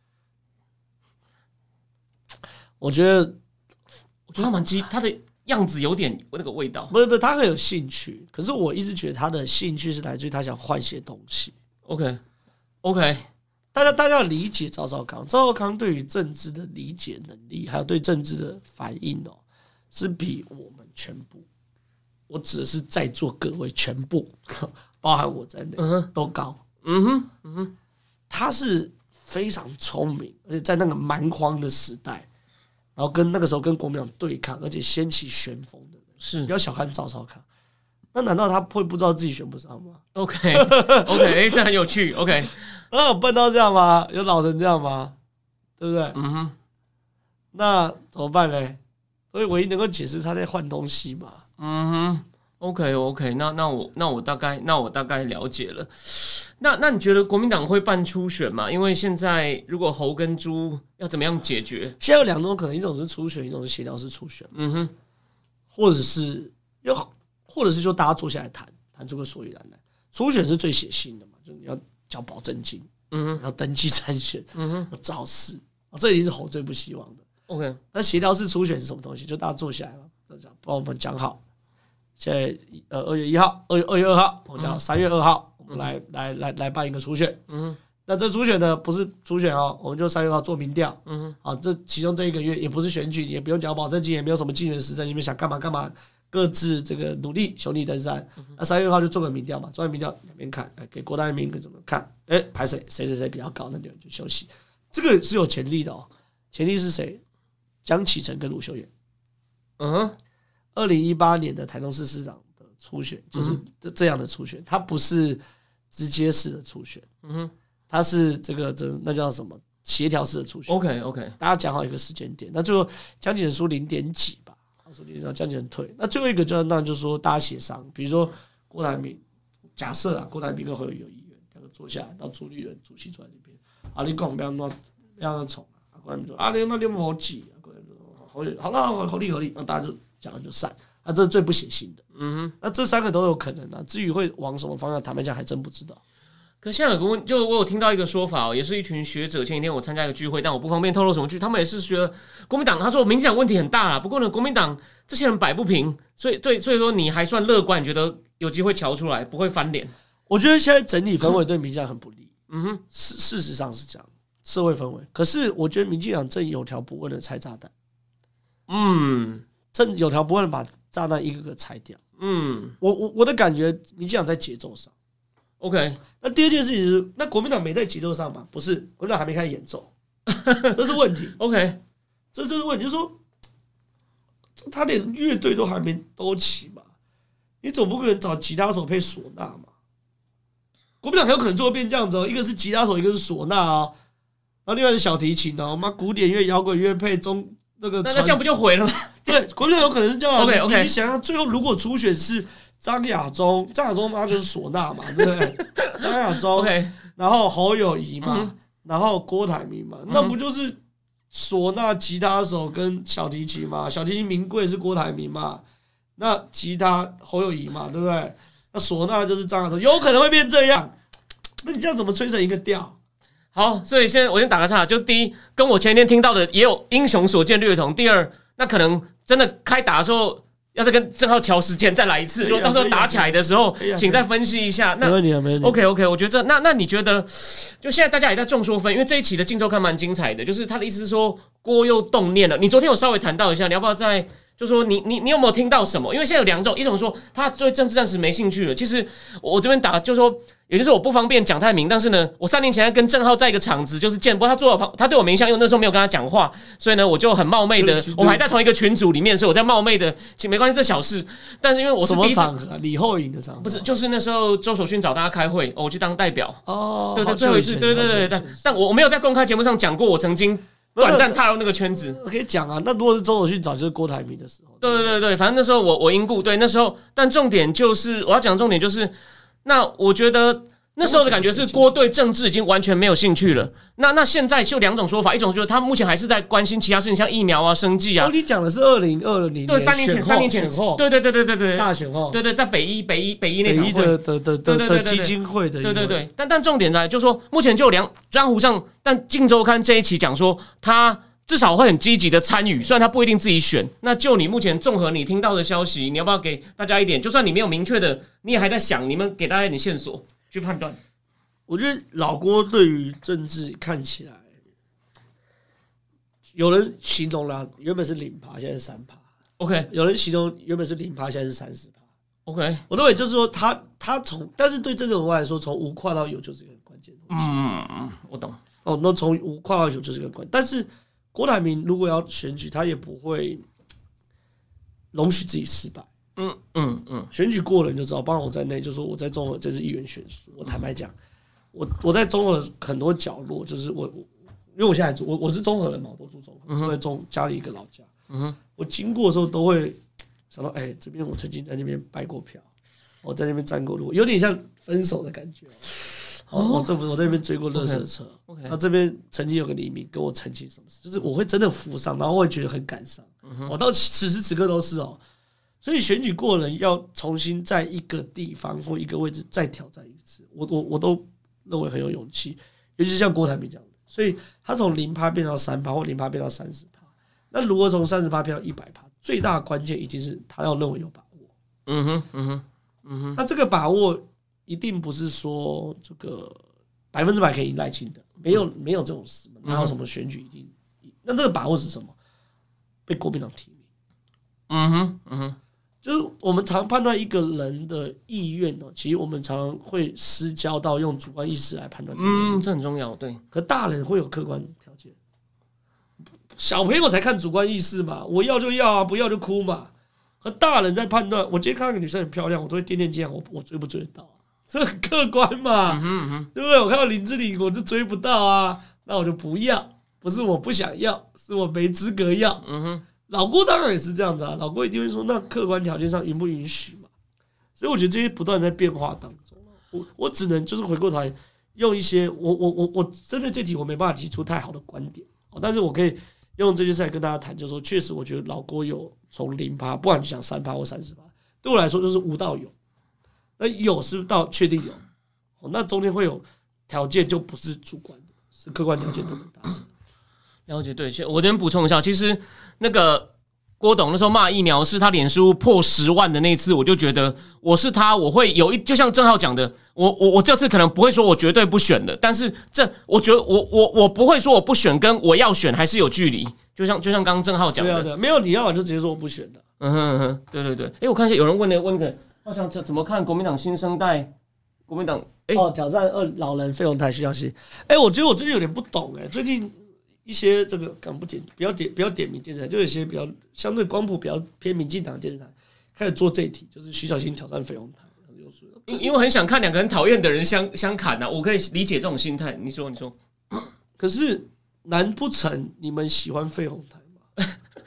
我觉得， 我觉得他蛮激，他的样子有点那个味道。 不是不是，他很有兴趣，可是我一直觉得他的兴趣是来自于他想换些东西。 OK OK， 大家大家要理解赵少康，赵少康对于政治的理解能力，还有对政治的反应哦，是比我们全部，我指的是在座各位全部，包含我在内，嗯、都高。嗯哼嗯哼，他是非常聪明，而且在那个蛮荒的时代。然后跟那个时候跟国民党对抗，而且掀起旋风的人，是不要小看赵少康。那难道他会不知道自己选不上吗 ？OK OK， 哎、欸，这很有趣。OK， 那有笨到这样吗？有老成这样吗？对不对？嗯哼。那怎么办呢？所以唯一能够解释他在换东西嘛。 嗯哼。OK OK， 那那我那我大概那我大概了解了。那那你觉得国民党会办初选吗？因为现在如果侯跟朱要怎么样解决？ 现在有两种可能，一种是初选，一种是协调式初选。嗯哼，或者是要，或者是就大家坐下来谈谈出个所以然来。初选是最血腥的嘛，就是你要缴保证金，嗯哼，要登记参选，嗯哼，要造势，这一定是侯最不希望的。 OK， 那协调式初选是什么东西？就大家坐下来嘛，帮我们讲好。现在呃二月一号，二月二月二号，我讲三月二号，我们来来来来办一个初选。嗯， 那这初选呢，不是初选哦，我们就三月号做民调。 嗯， 啊，这其中这一个月也不是选举，也不用缴保证金，也没有什么竞选时在那边想干嘛干嘛，各自这个努力，兄弟登山。那三月号就做个民调嘛，做完民调两边看，哎，给郭台铭怎么看？哎，排谁谁谁谁比较高，那就就休息。这个是有潜力的哦，前提是谁？江启臣跟卢秀燕。 嗯， 二零一八年的台中市市长的初选就是这样的初选，它不是直接式的初选，嗯哼，它是这个这那叫什么协调式的初选。 OK OK， 大家讲好一个时间点，那最后江启臣输零点几吧，输零点江启臣退。那最后一个就那就是说大家协商，比如说郭台铭，假设啊郭台铭跟侯友宜有议员两个坐下来，到朱立伦主席坐在那边，啊你讲不要那不要那宠啊，郭台铭说啊你那你冇挤。好了，合理合理，那大家就讲了就散，那这是最不血腥的。嗯哼，那这三个都有可能啊。至于会往什么方向，坦白讲还真不知道。 可是现在有个问，就我有听到一个说法哦，也是一群学者。前几天我参加一个聚会，但我不方便透露什么聚。他们也是觉得国民党，他说民进党问题很大啦，不过呢，国民党这些人摆不平，所以对，所以说你还算乐观，你觉得有机会瞧出来，不会翻脸。 我觉得现在整体氛围对民进党很不利。嗯哼，事事实上是这样，社会氛围。可是我觉得民进党正有条不紊的拆炸弹。嗯，正有条不紊的把炸弹一个个拆掉。嗯，我我我的感觉，民进党在节奏上 ，OK。 那第二件事情是，那国民党没在节奏上嘛？不是，国民党还没开始演奏，这是问题。 OK， 这这是问题，就是说他连乐队都还没兜齐嘛，你总不可能找吉他手配唢呐嘛？国民党很有可能做变这样子哦，一个是吉他手，一个是唢呐哦，然后另外是小提琴哦，妈古典乐、摇滚乐配中。那个那那这样不就毁了吗？ 对，国民党有可能是这样。 OK OK， 你想想，最后如果初选是张亚中，张亚中妈就是唢呐嘛，对不对？张亚中 ，OK， 然后侯友宜嘛，嗯、然后郭台铭嘛，那不就是唢呐、吉他手跟小提琴嘛？小提琴名贵是郭台铭嘛，那吉他侯友宜嘛，对不对？那唢呐就是张亚中，有可能会变这样。那你这样怎么吹成一个调？ 好，所以先我先打个岔，就第一，跟我前一天听到的也有英雄所见略同。第二，那可能真的开打的时候，要再跟郑浩调时间再来一次。如果到时候打起来的时候，请再分析一下。那 OK OK， 我觉得这那那你觉得，就现在大家也在众说纷，因为这一期的《镜周刊》蛮精彩的，就是他的意思是说郭又动念了。你昨天有稍微谈到一下，你要不要再？就说你你你有没有听到什么？因为现在有两种，一种说他对政治暂时没兴趣了。其实我这边打就说，也就是我不方便讲太明，但是呢，我三年前跟郑浩在一个场子就是见，不过他坐我他对我没印象，因为那时候没有跟他讲话，所以呢，我就很冒昧的，我们还在同一个群组里面，所以我在冒昧的，其实没关系，这小事。但是因为我是第一次，什么场合？ 李厚颖的场合不是，就是那时候周守勋找大家开会，我去当代表。 哦， 对对，最后一次，对对对，但但我我没有在公开节目上讲过，我曾经。短暂踏入那个圈子， 可以讲啊。那如果是周守勋找，就是郭台铭的时候。 对对对对，反正那时候我我因故对那时候，但重点就是我要讲重点就是，那我觉得那时候的感觉是郭对政治已经完全没有兴趣了。那那现在就两种说法，一种就是他目前还是在关心其他事情，像疫苗啊、生计啊。 哦，你讲的是二零二零年， 对，三年前，三年前，对对对对对对， 大选后， 对对，在北医北医北医那场会的的的的的基金会的， 对对对。但但重点在就是说，目前就有两江湖上，但《镜周刊》这一期讲说他。至少会很积极的参与，虽然他不一定自己选。那就你目前综合你听到的消息，你要不要给大家一点？就算你没有明确的，你也还在想，你们给大家一点线索去判断。 我觉得老郭对于政治看起来，有人形容啦，原本是零趴，现在是三趴。 OK， 有人形容原本是零趴，现在是三十趴。 OK， 我认为就是说他他从，但是对政治文化来说，从无跨到有就是一个很关键的东西。 嗯嗯，我懂。 哦，那从无跨到有就是一个关键，但是。郭台铭如果要选举，他也不会容许自己失败。嗯嗯嗯，选举过了你就知道，包括我在内，就是说我在中和这次议员选书，我坦白讲，我我在中和很多角落，就是我我因为我现在我我是中和人嘛，我都住中和，住在中家里一个老家。嗯哼，我经过的时候都会想到，哎、欸，这边我曾经在那边拜过票，我在那边站过路，有点像分手的感觉。哦，我这我在那边追过垃圾车，那、okay, okay. 这边曾经有个黎明跟我澄清什么事，就是我会真的浮上，然后我会觉得很感伤。我、哦、到此时此刻都是哦，所以选举过了要重新在一个地方或一个位置再挑战一次，我我我都认为很有勇气，尤其是像郭台铭这样的，所以他从零趴变到三趴，或零趴变到三十趴，那如果从三十趴变到一百趴，最大的关键一定是他要认为有把握。嗯哼，嗯哼，嗯哼，那这个把握。一定不是说这个百分之百可以赢赖清德，没有没有这种事，哪有什么选举一定？那这个把握是什么？被国民党提名。 嗯哼，嗯哼， 就是我们常判断一个人的意愿哦，其实我们常常会失焦到用主观意识来判断。 嗯，这很重要，对。 可大人会有客观条件，小朋友才看主观意识嘛，我要就要啊，不要就哭嘛。和大人在判断，我今天看到一个女生很漂亮，我都会掂掂肩，我我追不追得到、啊？这很客观嘛， 嗯哼嗯哼， 对不对？我看到林志玲，我就追不到啊，那我就不要。不是我不想要，是我没资格要。 嗯哼， 老郭当然也是这样子啊，老郭一定会说，那客观条件上允不允许嘛？所以我觉得这些不断在变化当中，我我只能就是回过头来用一些我我我我针对这题我没办法提出太好的观点，但是我可以用这件事来跟大家谈，就是说确实我觉得老郭有从零趴，不管你讲三趴或三十趴，对我来说就是无到有，那有是到确定有，那中间会有条件就不是主观的，是客观条件都能达成。 了解，对，我这边补充一下，其实那个郭董那时候骂疫苗是他脸书破十万的那一次，我就觉得我是他，我会有一，就像郑浩讲的，我我我这次可能不会说我绝对不选的，但是这我觉得我我我不会说我不选，跟我要选还是有距离，就像就像刚刚郑浩讲的， 对啊，对啊，没有你要玩就直接说我不选的。 嗯哼嗯哼，对对对，哎，我看一下有人问的问个，好像怎么看国民党新生代？国民党哎哦，挑战二老人费鸿泰徐小溪，哎，我觉得我最近有点不懂哎，最近。一些这个敢不点不要点不要点名电视台，就有一些比较相对光谱比较偏民进党的电视台开始做这一题，就是徐小新挑战费鸿泰。 因因为我很想看两个很讨厌的人相相砍呐、啊，我可以理解这种心态。你说你说， 可是难不成你们喜欢费鸿泰吗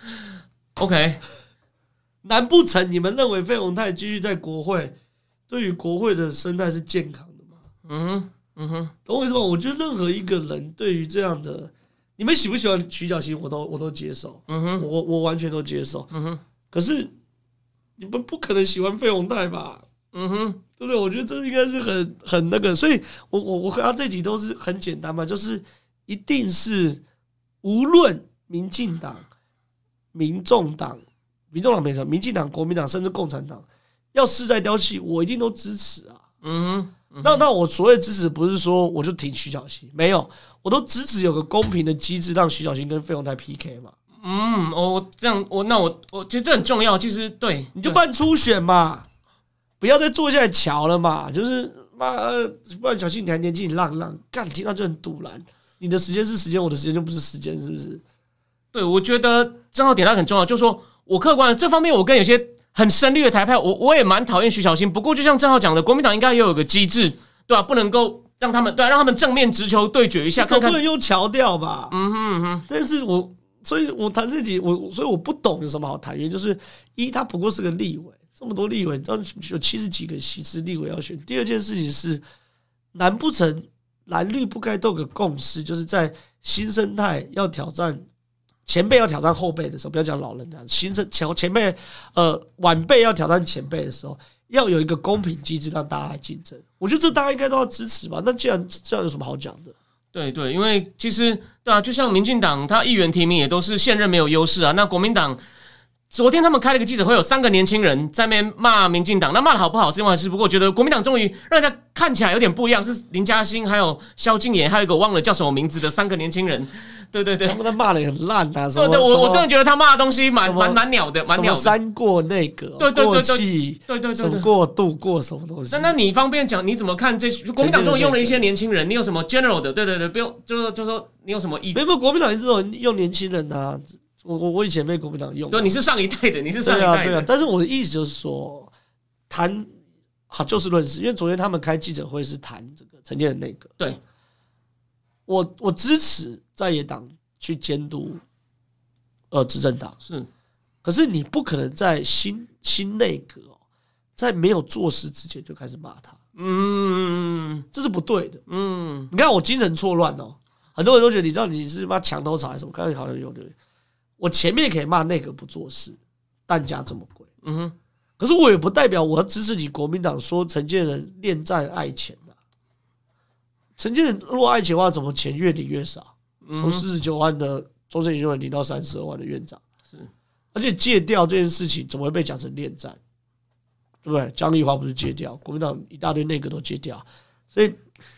？OK， 难不成你们认为费鸿泰继续在国会，对于国会的生态是健康的吗？ 嗯哼嗯哼， 懂我意思吗？我觉得任何一个人对于这样的。你们喜不喜欢徐小新，我都我都接受，嗯哼，我我完全都接受，嗯哼。可是你们不可能喜欢费鸿泰吧？嗯哼，对不对？我觉得这应该是很很那个，所以我我我和他这题都是很简单嘛，就是一定是无论民进党、民众党、民众党没错，民进党、国民党甚至共产党要势在雕戏，我一定都支持啊。嗯哼。那那我所谓支持不是说我就挺徐小新，没有，我都支持有个公平的机制，让徐小新跟费鸿泰 P K 嘛。 嗯，哦，这样我那我我觉得这很重要。其实对， 你就办初选嘛，不要再坐下来瞧了嘛。就是妈，呃，不然小新你还年纪浪浪，干听到就很堵然。你的时间是时间，我的时间就不是时间，是不是？ 对，我觉得正好点到很重要，就是说我客观这方面，我跟有些。很深绿的台派，我我也蛮讨厌徐小新。不过，就像郑浩讲的，国民党应该也有个机制，对吧、啊？不能够让他们对、啊，让他们正面直球对决一下，看看不能用桥调吧？ 嗯哼嗯哼。 但是我，所以我谈这题，我所以我不懂有什么好谈。原因就是一，他不过是个立委，这么多立委，有七十几个席次立委要选。第二件事情是，难不成蓝绿不该都有个共识，就是在新生态要挑战。前辈要挑战后辈的时候，不要讲老人这样，新生前前辈呃晚辈要挑战前辈的时候，要有一个公平机制让大家来竞争。我觉得这大家应该都要支持吧。那既然这样有什么好讲的？ 对对，因为其实对啊，就像民进党他议员提名也都是现任没有优势啊。那国民党昨天他们开了一个记者会，有三个年轻人在那边骂民进党，那骂的好不好是另外一回事。不过我觉得国民党终于让大家看起来有点不一样，是林嘉欣还有萧敬言，还有一个我忘了叫什么名字的三个年轻人。对对对， 他们在骂的很烂啊！ 对对，我我真的觉得他骂的东西蛮蛮蛮鸟的，蛮鸟的。 三过那个， 对对对对对对对， 什么过度过什么东西？ 那那你方便讲你怎么看这？国民党终于用了一些年轻人，你有什么 general 的？对对对，不用，就是就是说你有什么意见？ 没有，国民党一直有用年轻人啊。我我我以前被国民党用， 对，你是上一代的，你是上一代的。 对啊对啊，但是我的意思就是说，谈好就事论事，因为昨天他们开记者会是谈这个陈建仁内阁。 对， 我我支持在野党。去监督，呃，执政党是， 可是你不可能在新新内阁、哦、在没有做事之前就开始骂他，嗯，这是不对的，嗯，你看我精神错乱哦，很多人都觉得你知道你是骂墙头草还是什么，刚才好像有对，我前面可以骂内阁不做事，蛋价这么贵，嗯哼，可是我也不代表我要支持你国民党说陈建仁恋战爱钱啊，陈建仁如果爱钱的话，怎么钱越领越少？从四十九万的中正研究院领到三十二万的院长，是，而且戒掉这件事情怎么会被讲成恋战？对不对？江丽华不是戒掉，国民党一大堆内阁都戒掉，所以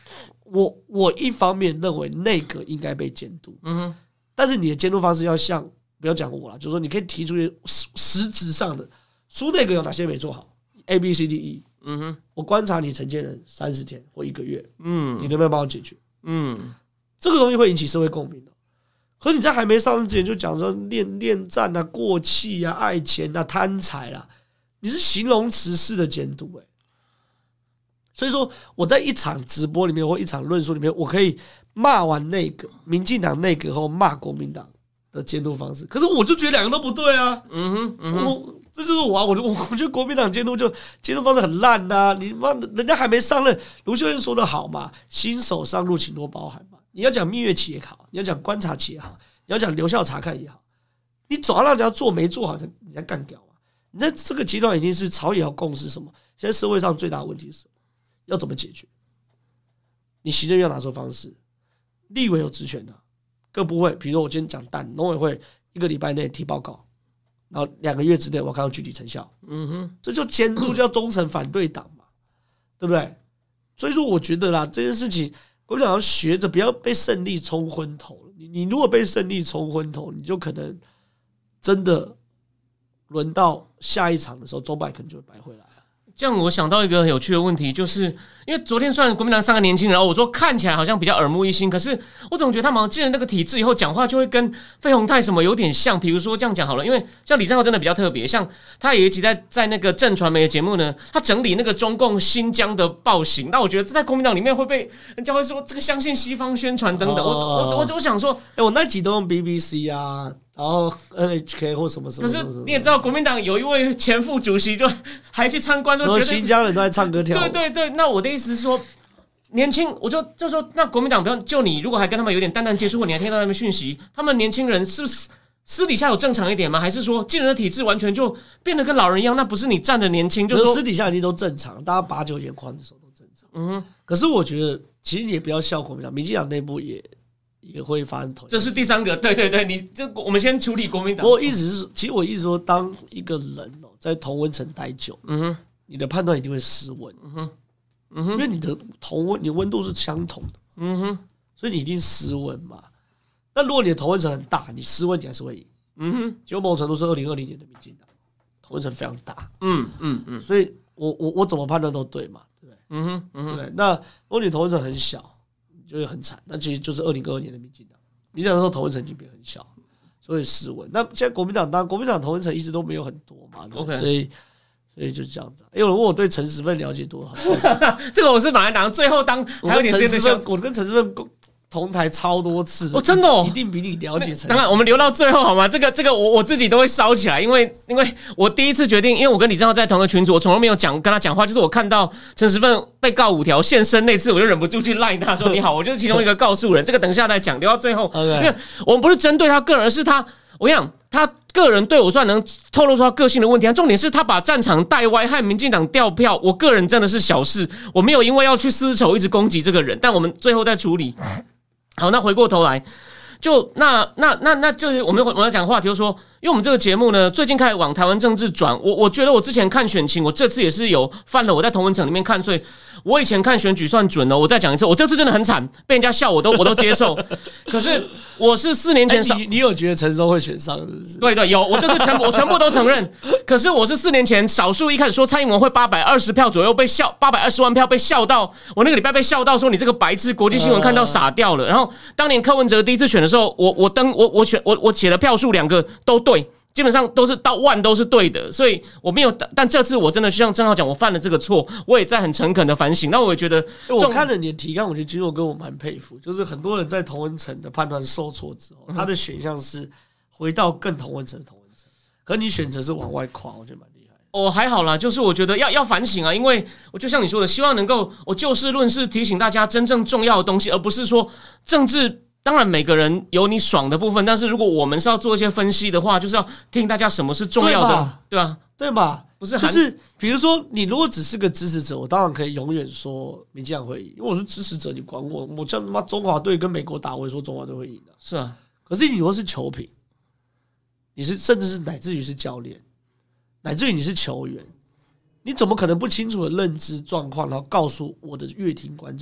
我我一方面认为内阁应该被监督，嗯哼，但是你的监督方式要像不要讲我了，就是说你可以提出实实质上的，苏内阁有哪些没做好 ，A B C D E， 嗯哼，我观察你承建人三十天或一个月，嗯，你能不能帮我解决？嗯，这个东西会引起社会共鸣的。可你在还没上任之前就讲说恋恋战啊、过气啊、爱钱啊、贪财啦、啊，你是形容词式的监督哎、欸。所以说我在一场直播里面或一场论述里面，我可以骂完内阁、民进党内阁后骂国民党的监督方式，可是我就觉得两个都不对啊。嗯哼，嗯哼我这就是我啊，我我我觉得国民党监督就监督方式很烂呐、啊。你妈，人家还没上任，卢秀燕说的好嘛，新手上路请多包涵嘛。你要讲蜜月期也好，你要讲观察期也好，你要讲留校察看也好，你总要让人家做没做好，人家干掉嘛。你在这个阶段已经是朝野要共识什么？现在社会上最大的问题是什么？要怎么解决？你行政院哪种方式？立委有职权的，各部会，比如说我今天讲蛋，农委会一个礼拜内提报告，然后两个月之内我看到具体成效。嗯哼，这就监督，就叫忠诚反对党嘛，对不对？所以说，我觉得啦，这件事情国民党要学着不要被胜利冲昏头了。你你如果被胜利冲昏头，你就可能真的轮到下一场的时候，钟摆可能就会白回来。 这样我想到一个很有趣的问题，就是因为昨天虽然国民党三个年轻人，然后我说看起来好像比较耳目一新，可是我总觉得他们进了那个体制以后，讲话就会跟费鸿泰什么有点像。比如说这样讲好了，因为像李正浩真的比较特别，像他有一集在在那个正传媒的节目呢，他整理那个中共新疆的暴行，那我觉得这在国民党里面会被人家会说这个相信西方宣传等等。我我我我想说， 哎、欸，我那集都用 B B C 啊。然后 N H K 或什么什么， 可是你也知道，国民党有一位前副主席就还去参观，说觉得新疆人都在唱歌跳舞。 对对对，那我的意思是说，年轻，我就就说，那国民党不要就你，如果还跟他们有点淡淡接触，或你还听到他们讯息，他们年轻人是不是私底下有正常一点吗？还是说进人的体制完全就变得跟老人一样？那不是你站的年轻，就是说私底下一定都正常，大家把酒言欢的时候都正常。嗯，可是我觉得其实你也不要笑国民党，民进党内部也。也会发生同， 这是第三个，对对对，你这我们先处理国民党。 我意思是，其实我意思说，当一个人哦在同温层待久，嗯哼，你的判断一定会失温，嗯哼，嗯哼，因为你的同温，你温度是相同的，嗯哼，所以你一定失温嘛。那如果你的同温层很大，你失温你还是会赢，嗯哼。结果某种程度是二零二零年的民进党同温层非常大，嗯嗯嗯，所以我我我怎么判断都对嘛，对不对？嗯哼，嗯哼，对。那如果你同温层很小。就会很惨，那其实就是二零二二年的民进党，民进党的时候同温层已经变很小，所以失温。那现在国民党当然国民党同温层一直都没有很多嘛， okay. 所以所以就这样子。有人问我对陈时芬了解多少， 这个我是本来打最后当还有点时间的， 我跟陈时芬同台超多次的，哦，真的哦， 一定比你了解陈时芬。 当然，我们留到最后好吗？这个这个我我自己都会烧起来，因为因为我第一次决定，因为我跟李正浩在同一个群组，我从来没有讲跟他讲话，就是我看到陈时芬被告五条现身那次，我就忍不住去赖他说你好，我就是其中一个告诉人。这个等一下再讲，留到最后， okay. 因为我们不是针对他个人，而是他，我跟你讲，他个人对我算能透露出他个性的问题，重点是他把战场带歪，和民进党调票。我个人真的是小事，我没有因为要去私仇一直攻击这个人，但我们最后再处理。好，那回过头来，就那那那那就是我们我们要讲话题，就是说，因为我们这个节目呢，最近开始往台湾政治转。我我觉得我之前看选情，我这次也是有犯了我在同温层里面看，所以我以前看选举算准了。我再讲一次，我这次真的很惨，被人家笑我都我都接受。可是我是四年前， 欸、你, 你有觉得陈时中会选上是不是？ 对对，有，我这次全部我全部都承认。可是我是四年前少数一开始说蔡英文会八百二十票左右被笑，八百二十万票被笑到，我那个礼拜被笑到说你这个白痴，国际新闻看到傻掉了。然后当年柯文哲第一次选的时候，我我登我我选我我写的票数两个都对。基本上都是到万都是对的，所以我没有，但这次我真的像正浩讲，我犯了这个错，我也在很诚恳的反省。那我也觉得， 我看了你的提纲，我觉得君若跟我蛮佩服，就是很多人在同温层的判断受挫之后，他的选项是回到更同温层的同温层，可你选择是往外跨，我觉得蛮厉害。 哦，还好啦，就是我觉得要要反省啊，因为我就像你说的，希望能够我就事论事，提醒大家真正重要的东西，而不是说政治。当然，每个人有你爽的部分，但是如果我们是要做一些分析的话，就是要听大家什么是重要的，对吧？ 对吧？不是，就是比如说，你如果只是个支持者，我当然可以永远说民进党会赢，因为我是支持者，你管我？我像他妈中华队跟美国打，我也说中华队会赢的。 是啊， 可是你如果是球评，你是甚至是乃至于是教练，乃至于你是球员，你怎么可能不清楚的认知状况，然后告诉我的乐听观众？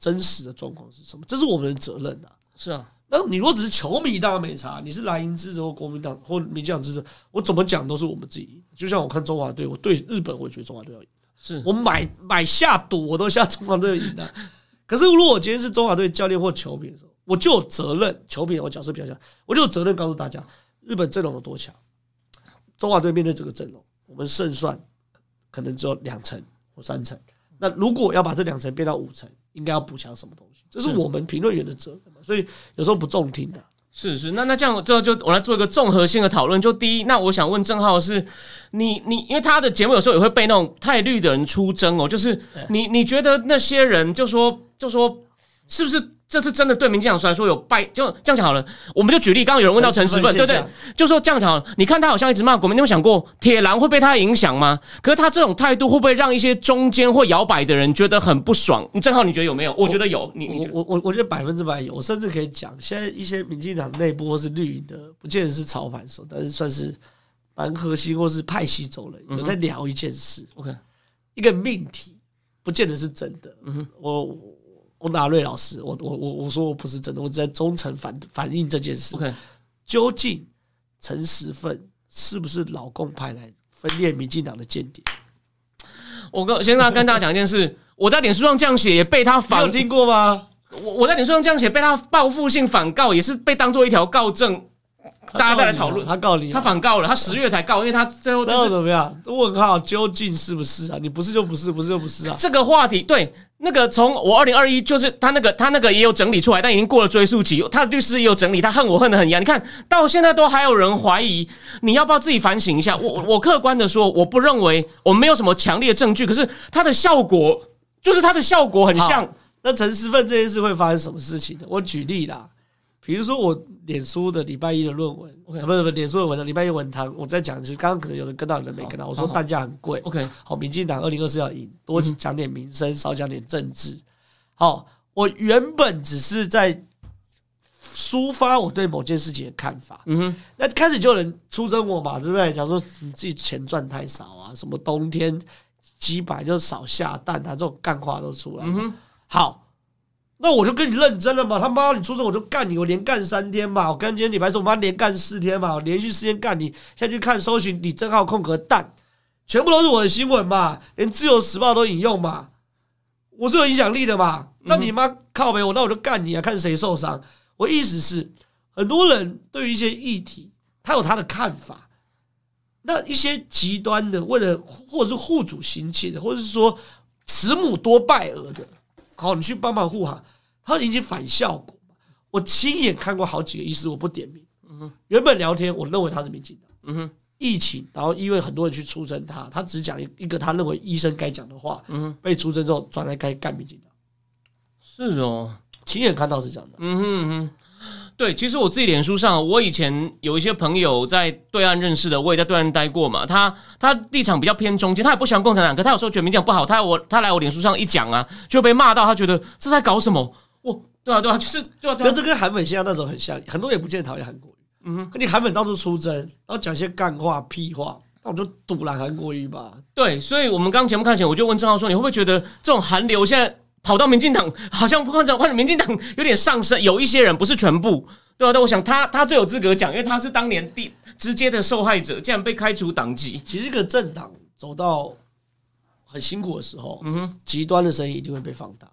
真实的状况是什么，这是我们的责任啊。 是啊， 那你如果只是球迷，当然没差。你是蓝营支持或国民党或民进党支持，我怎么讲都是我们自己。就像我看中华队，我对日本，我觉得中华队要赢。 是我买买下赌，我都下中华队赢的。可是如果我今天是中华队教练或球迷的时候，我就有责任。球迷我角色比较强，我就有责任告诉大家，日本阵容有多强。中华队面对这个阵容，我们胜算可能只有两成或三成。那如果要把这两成变到五成，应该要补强什么东西？这是我们评论员的责任嘛。所以有时候不中听的。 是是，那那这样之后就我来做一个综合性的讨论。就第一，那我想问正皓是，你你因为他的节目有时候也会被那种太绿的人出征哦，就是你你觉得那些人就说就说是不是这次真的对民进党来说有败？就这样讲好了，我们就举例，刚刚有人问到陈时奋，对对，就说这样讲好了，你看他好像一直骂国民，你有想过铁蓝会被他影响吗？可是他这种态度会不会让一些中间或摇摆的人觉得很不爽？正皓你觉得有没有？我觉得有，你你我我我觉得百分之百有，我甚至可以讲，现在一些民进党内部或是绿营的，不见得是操盘手，但是算是蛮核心或是派系走人，有在聊一件事 ，OK， 一个命题，不见得是真的。 嗯哼， 我。我拿瑞老师，我我我我说我不是真的，我只在忠诚反反映这件事。 OK， 究竟陈时奋是不是老共派来分裂民进党的间谍？ 我跟先跟大家讲一件事，我在脸书上这样写，也被他反。 你有听过吗？ 我我在脸书上这样写，被他报复性反告，也是被当做一条告证。大家再来讨论， 他告你， 他反告了，他十月才告，因为他最后、就是、 那怎么样？问号究竟是不是啊？你不是就不是，不是就不是啊。 这个话题，对那个从我二零二一就是他那个他那个也有整理出来，但已经过了追溯期，他的律师也有整理，他恨我恨得很严。你看到现在都还有人怀疑，你要不要自己反省一下？我我客观的说，我不认为我没有什么强烈的证据，可是它的效果就是它的效果很像。 那陈时奋这件事会发生什么事情呢？我举例啦。比如说我脸书的礼拜一的论文， okay. 不是不是脸书的文章，礼拜一文堂，我在讲的是刚刚可能有人跟到，有人没跟到。我说蛋价很贵 ，OK， 好，民进党二零二四要赢，多讲点民生，少讲点政治。好，我原本只是在抒发我对某件事情的看法，嗯哼，那开始就有人出征我嘛，对不对？讲说你自己钱赚太少啊，什么冬天鸡百就少下蛋啊，这种干话都出来。嗯哼，好。那我就跟你认真了嘛，他妈你出征我就干你，我连干三天嘛，我跟今天礼拜四我妈连干四天嘛，我连续四天干你，现在去看搜寻李正皓空格蛋，全部都是我的新闻嘛，连自由时报都引用嘛，我是有影响力的嘛，那你妈靠北我，那我就干你啊，看谁受伤。我意思是，很多人对于一些议题，他有他的看法，那一些极端的，为了或者是护主心切的，或者是说慈母多败儿的。好，你去帮忙护航，它引起反效果。我亲眼看过好几个医师，我不点名。嗯哼，原本聊天，我认为他是民进党。嗯哼，疫情，然后因为很多人去出征他，他只讲一个他认为医生该讲的话。嗯哼，被出征之后转来该干民进党。 是哦， 亲眼看到是这样的。 嗯哼嗯哼。对，其实我自己脸书上，我以前有一些朋友在对岸认识的，我也在对岸待过嘛。他他立场比较偏中间，他也不喜欢共产党，可他有时候觉得民进党不好，他我他来我脸书上一讲啊，就被骂到，他觉得这在搞什么？我对啊对啊，就是对啊对啊。 那这跟韩粉现在那时候很像，很多人也不见得讨厌韩国瑜。嗯哼，可你韩粉到处出征，然后讲些干话屁话，那我就堵拦韩国瑜吧。 对，所以我们刚节目开前，我就问正皓说，你会不会觉得这种韩流现在跑到民进党，好像换成换成民进党有点上升？有一些人不是全部。对啊，对，我想他他最有资格讲，因为他是当年第直接的受害者，竟然被开除党籍。 其实，一个政党走到很辛苦的时候，嗯哼，极端的声音一定会被放大。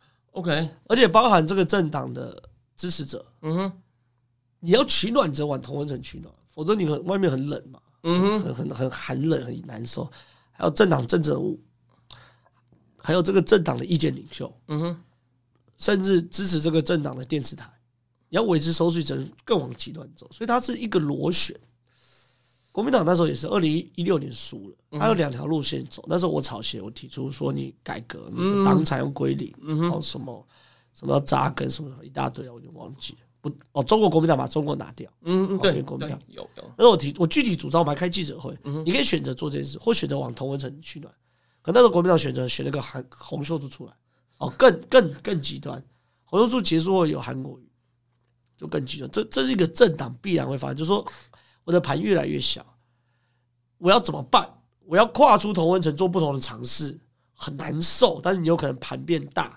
OK， 而且包含这个政党的支持者，嗯哼，你要取暖，你只能往同温层取暖，否则你很外面很冷嘛，嗯哼，很很很寒冷，很难受。还有政党政治人物，还有这个政党的意见领袖，嗯哼，甚至支持这个政党的电视台。你要维持收视，只更往极端走，所以它是一个螺旋。国民党那时候也是二零一六年输了，它有两条路线走。那时候我草鞋，我提出说你改革，你的党采用归零，然后什么什么要扎根，什么一大堆，我就忘记了。不哦，中国国民党把中国拿掉，嗯嗯，对，国民党有有。那时候我提我具体主张，我们还开记者会，你可以选择做这件事，或选择往同温层取暖。可那时候国民党选择选了个韩洪秀柱出来，哦，更更更极端。洪秀柱结束后有韩国瑜。就更极端，这这是一个政党必然会发生，就是说我的盘越来越小，我要怎么办？我要跨出同温层做不同的尝试，很难受，但是你有可能盘变大，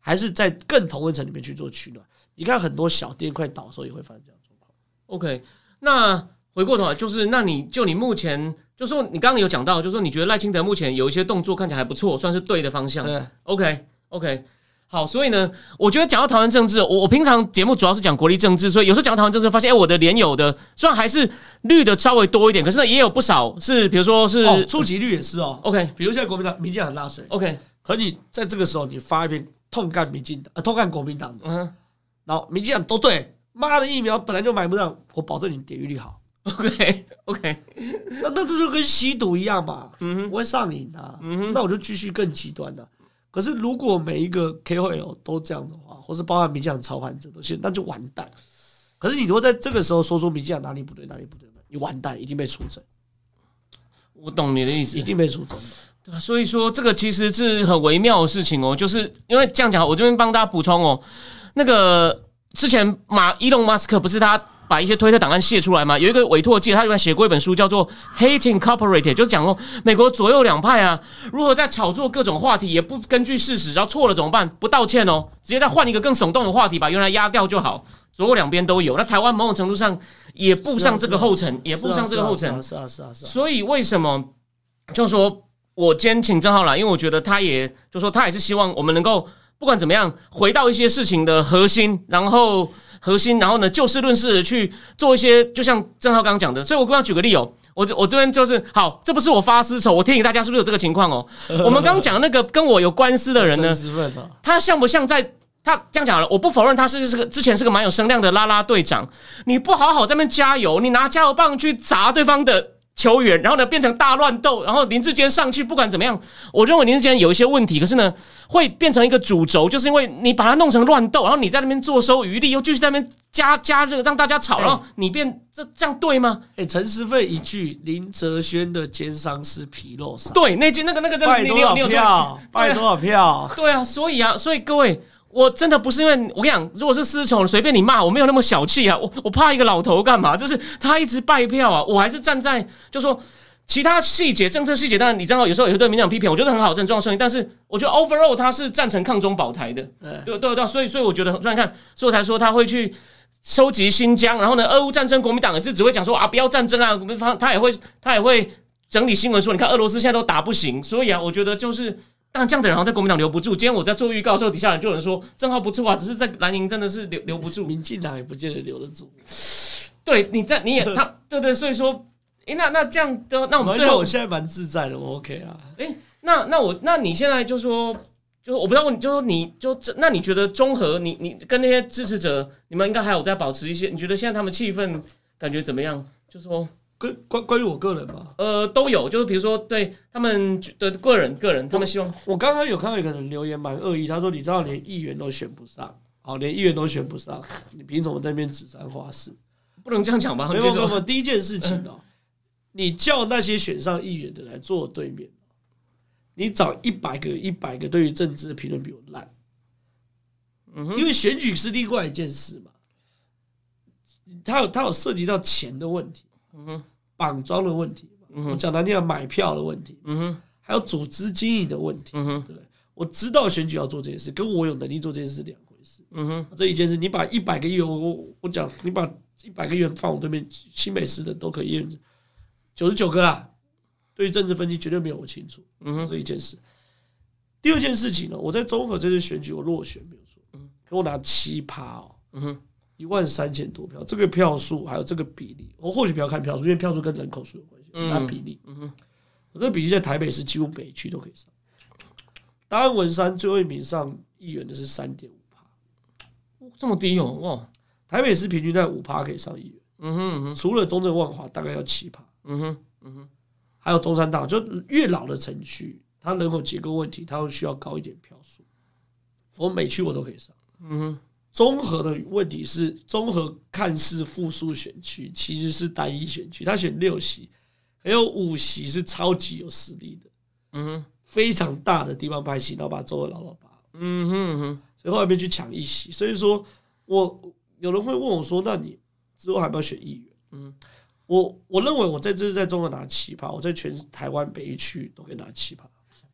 还是在更同温层里面去做取暖？你看很多小店快倒的时候也会发生这样的状况。 OK， 那回过头来就是，那你就你目前就说你刚刚有讲到，就是说你觉得赖清德目前有一些动作看起来还不错，算是对的方向。 对 ，OK OK。好，所以呢，我觉得讲到台湾政治，我我平常节目主要是讲国力政治，所以有时候讲到台湾政治，发现哎，我的连友的虽然还是绿的稍微多一点，可是呢也有不少是，比如说是哦，触及率也是哦。 OK， 比如现在国民党、民进党很拉水 ，OK， 可你在这个时候你发一篇痛干民进党、呃痛干国民党的，嗯，然后民进党都对，妈的疫苗本来就买不上，我保证你点阅率好。 OK OK， 那那这就跟吸毒一样嘛，嗯哼，我会上瘾啊，嗯哼，那我就继续更极端的、啊。可是，如果每一个 K O L 都这样的话，或是包含民进党操盘者都是，那就完蛋。可是，你如果在这个时候说出民进党哪里不对，哪里不对，你完蛋，一定被出征。 我懂你的意思， 一定被出征。 对啊，所以说这个其实是很微妙的事情哦，就是因为这样讲，我这边帮大家补充哦，那个之前马伊隆马斯克不是他把一些推特档案泄出来嘛？有一个委托记者，他原来写过一本书，叫做《Hate Incorporated》，就是讲说美国左右两派啊，如何在炒作各种话题，也不根据事实，然后错了怎么办？不道歉哦，直接再换一个更耸动的话题，把原来压掉就好。左右两边都有，那台湾某种程度上也步上这个后尘，也步上这个后尘。 是啊，是啊，是啊。 所以为什么就说我今天请正浩来，因为我觉得他也就说他也是希望我们能够不管怎么样，回到一些事情的核心，然后。核心，然后呢，就事论事的去做一些，就像正浩刚刚讲的，所以我刚刚举个例哦，我我这边就是好，这不是我发私仇，我提醒大家是不是有这个情况哦？我们刚刚讲那个跟我有官司的人呢，他像不像在他这样讲了？我不否认他是是个之前是个蛮有声量的啦啦队长，你不好好在那边加油，你拿加油棒去砸对方的球员，然后呢变成大乱斗，然后林志坚上去，不管怎么样，我认为林志坚有一些问题，可是呢会变成一个主轴，就是因为你把它弄成乱斗，然后你在那边坐收渔利，又继续在那边加加热，让大家吵，然后你变这这样对吗？ 哎、欸，陈时费一句林哲轩的奸商是皮肉伤， 对，那句那个那个真的， 拜多少票？拜多少票？ 对啊，所以啊，所以各位。我真的不是因为我跟你讲，如果是私仇，随便你骂，我没有那么小气啊！我我怕一个老头干嘛？就是他一直拜票啊，我还是站在就说其他细节、政策细节，当然你正好有时候也会对民进党批评，我觉得很好，这很重要的事情。但是我觉得 overall 他是赞成抗中保台的，对对对，所以所以我觉得，所以看，所以我才说他会去收集新疆，然后呢，俄乌战争，国民党也是只会讲说啊，不要战争啊，他也会他也会整理新闻说，你看俄罗斯现在都打不行，所以啊，我觉得就是。但这样的人好像在国民党留不住。今天我在做预告的时候，底下人就有人说正浩不错啊，只是在蓝营真的是留留不住。 民进党也不见得留得住。 对，你在你也他对对，所以说，哎，那那这样的，那我们最后我现在蛮自在的，我 OK 啊。 哎，那那我那你现在就说，就我不知道问你，就说你就那你觉得中和，你你跟那些支持者，你们应该还有在保持一些？你觉得现在他们气氛感觉怎么样？就说。 关关于我个人嘛， 呃，都有，就是比如说对他们的个人个人，他们希望我刚刚有看到一个人留言蛮恶意，他说：“你知道连议员都选不上，好，连议员都选不上，你凭什么在那边指三画四？ 不能这样讲吧？” 没有没有没有，第一件事情哦，你叫那些选上议员的来坐对面，你找一百个一百个对于政治的评论比我烂，嗯哼，因为选举是另外一件事嘛，他有他有涉及到钱的问题，嗯哼。绑桩的问题，嗯、我讲难听的买票的问题，嗯哼，还有组织经营的问题，嗯哼，对不对？我知道选举要做这件事，跟我有能力做这件事是两回事，嗯哼。这一件事，你把一百个议员，我我讲，你把一百个议员放我对面，新北市的都可以，九十九个啦。对于政治分析绝对没有我清楚，嗯哼，这一件事。第二件事情呢，我在中和这次选举我落选没有错，嗯，可我拿七趴哦，嗯哼。一万三千多票，这个票数还有这个比例，我或许不要看票数，因为票数跟人口数有关系。拿比例，嗯哼，我这个比例在台北市几乎每一区都可以上。大安文山最后一名上议员的是三点五趴， 这么低哦，哇！ 台北市平均在五趴可以上议员，嗯哼嗯哼，除了中正万华大概要七趴，嗯哼嗯哼，还有中山大，就越老的城区，它人口结构问题，它会需要高一点票数。我每区我都可以上，嗯哼。综合的问题是，综合看似复数选区，其实是单一选区。他选六席，还有五席是超级有实力的，嗯哼，非常大的地方派系，然后把中和老老拔，嗯哼嗯哼，所以后来面去抢一席。所以说我有人会问我说：“那你之后还要不要选议员？”嗯，我我认为我在这次在中和拿七趴，我在全台湾每一区都可以拿七趴。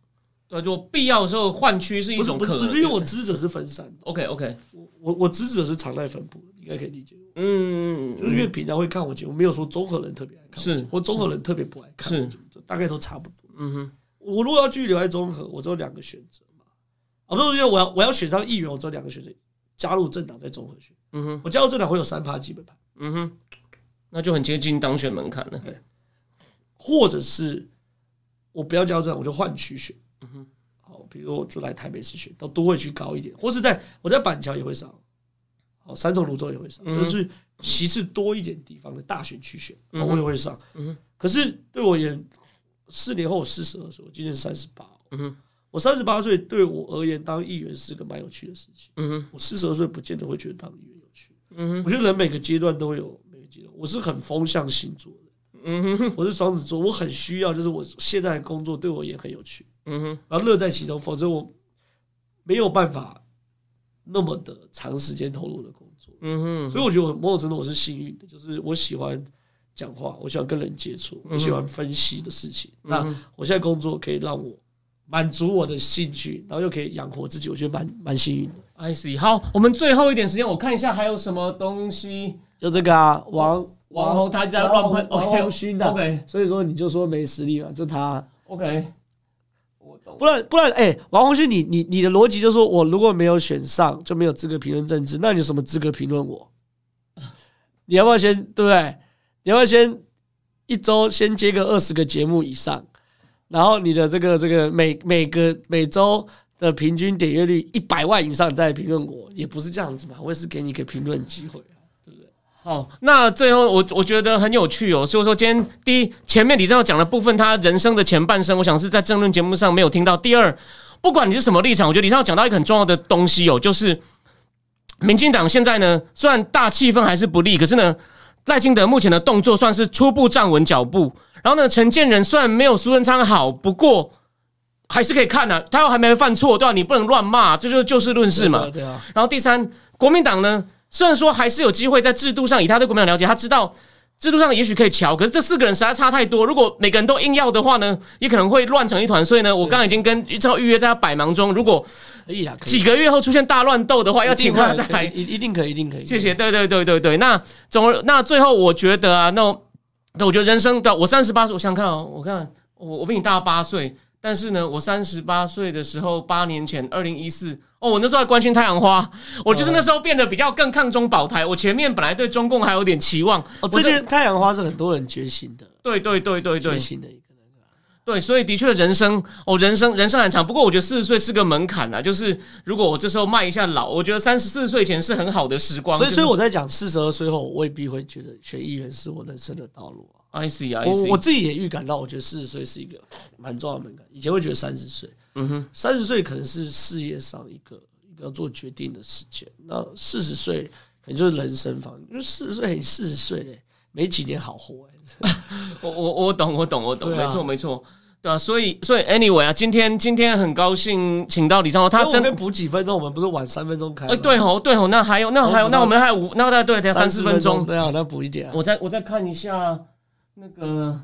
对，就必要的时候换区是一种可能， 因为我支持者是分散的。 OK OK， 我我我支持者是常态分布，应该可以理解。 嗯， 就是因为平常会看我节目，没有说综合人特别爱看， 是或综合人特别不爱看， 是大概都差不多。 嗯哼， 我如果要继续留在综合，我只有两个选择嘛。啊，不是，因为我要我要选上议员，我只有两个选择：加入政党，在综合选。嗯哼，我加入政党会有三趴基本盘。 嗯哼，那就很接近当选门槛了。 对，或者是我不要加入政党，我就换区选。嗯哼。比如我就来台北市选，到都会区高一点，或是在我在板桥也会上，好，三重、泸州也会上，嗯、就是席次多一点地方的大选区选，嗯、我也会上。嗯、可是对我而言，四年后我四十二岁，我今年三十八，我三十八岁对我而言当议员是个蛮有趣的事情。嗯、我四十二岁不见得会觉得当议员有趣。嗯、我觉得人每个阶段都有每个阶段，我是很风象星座的。嗯、我是双子座，我很需要，就是我现在的工作对我也很有趣。嗯哼，然后乐在其中，否则我没有办法那么的长时间投入的工作。嗯哼，所以我觉得我某种程度我是幸运的，就是我喜欢讲话，我喜欢跟人接触，我喜欢分析的事情。嗯、那我现在工作可以让我满足我的兴趣，然后又可以养活自己，我觉得蛮蛮幸运的。 I see。好，我们最后一点时间，我看一下还有什么东西。 就这个啊，王王宏他在乱喷， 王宏勋的。 OK， 所以说你就说没实力嘛，就他。 OK。 不然不然，哎、欸，王宏勋，你你你的逻辑就是说，我如果没有选上，就没有资格评论政治，那你有什么资格评论我？你要不要先对不对？你要不要先一周先接个二十个节目以上，然后你的这个这个每每个每周的平均点阅率一百万以上再来评论我，也不是这样子嘛，我也是给你一个评论机会。 好，那最后我我觉得很有趣哦，所以说今天第一，前面李正浩讲的部分，他人生的前半生，我想是在政论节目上没有听到。第二，不管你是什么立场，我觉得李正浩讲到一个很重要的东西哦，就是民进党现在呢，虽然大气氛还是不利，可是呢，赖清德目前的动作算是初步站稳脚步。然后呢，陈建仁虽然没有苏贞昌好，不过还是可以看啊，他又还没犯错，对吧、啊？你不能乱骂，这就是就事论事嘛。 对啊对啊。 然后第三，国民党呢？虽然说还是有机会在制度上，以他对国民党了解，他知道制度上也许可以调，可是这四个人实在差太多。如果每个人都硬要的话呢，也可能会乱成一团。所以呢，我刚刚已经跟正好预约在他百忙中，如果几个月后出现大乱斗的话，要请他再来， 一一定可以，一定可以。 谢谢，对对对对对。那总那最后我觉得啊，那我觉得人生的我三十八岁，我想想看哦，我看我我比你大八岁。但是呢，我三十八岁的时候，八年前，二零一四，哦，我那时候还关心太阳花，我就是那时候变得比较更抗中保台。我前面本来对中共还有点期望， 哦，这件太阳花是很多人觉醒的， 对对对对对， 觉醒的一个人， 对，所以的确人生，哦，人生人生很长。不过我觉得四十岁是个门槛啊，就是如果我这时候迈一下老，我觉得三十四岁前是很好的时光。 所以，所以我在讲四十二岁后，我未必会觉得选议员是我人生的道路。 I see, I see. 我, 我自己也预感到，我觉得四十岁是一个蛮重要的门槛。以前会觉得三十岁，嗯哼，三十岁可能是事业上一个一个要做决定的时间。那四十岁可能就是人生方面。因为四十岁，四十岁嘞，没几年好活哎、欸。 我我我懂，我懂，我懂，啊、没错没错，对啊。所以所以 anyway 啊，今天今天很高兴请到李正浩，他真的补几分钟，我们不是晚三分钟开吗？ 哎、欸，对吼对吼，那还有那还有那我们还有五那大概对三四分钟， 对啊，那补一点、啊。 我再我再看一下。那个，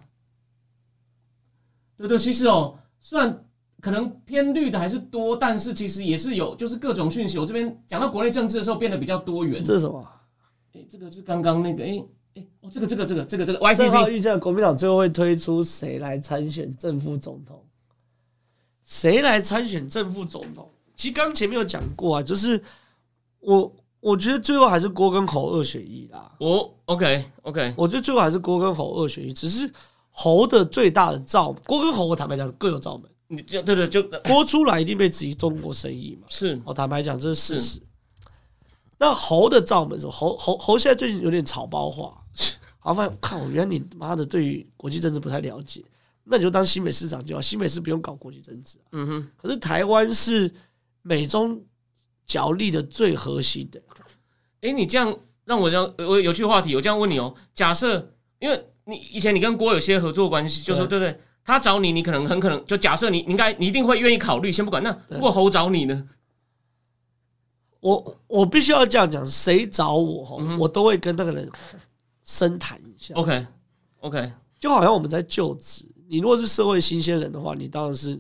对对，其实哦，虽然可能偏绿的还是多，但是其实也是有，就是各种讯息。我这边讲到国内政治的时候，变得比较多元。 这是什么？ 哎，这个是刚刚那个，哎哎，哦，这个这个这个这个这个 Y C C 预测国民党最后会推出谁来参选正副总统？谁来参选正副总统？其实刚前面有讲过啊，就是我。我觉得最后还是郭跟侯二选一啦。 哦 ，OK OK， 我觉得最后还是郭跟侯二选一，只是侯的最大的罩门，郭跟侯我坦白讲各有罩门。 你就对对就郭出来一定被质疑中国生意嘛， 是。 我坦白讲这是事实。那侯的罩门是侯侯侯现在最近有点草包化，好发现看我原来你妈的对于国际政治不太了解，那你就当新北市长就好，新北市不用搞国际政治、啊。嗯哼。可是台湾是美中角力的最核心的。 哎，你这样让我这样，我有趣的话题，我这样问你哦。假设，因为你以前你跟郭有些合作关系，就说对不对？他找你，你可能很可能就假设你，你应该你一定会愿意考虑，先不管。那如果侯找你呢？ 我我必须要这样讲，谁找我、嗯、我都会跟那个人深谈一下。 OK OK， 就好像我们在就职，你如果是社会新鲜人的话，你当然是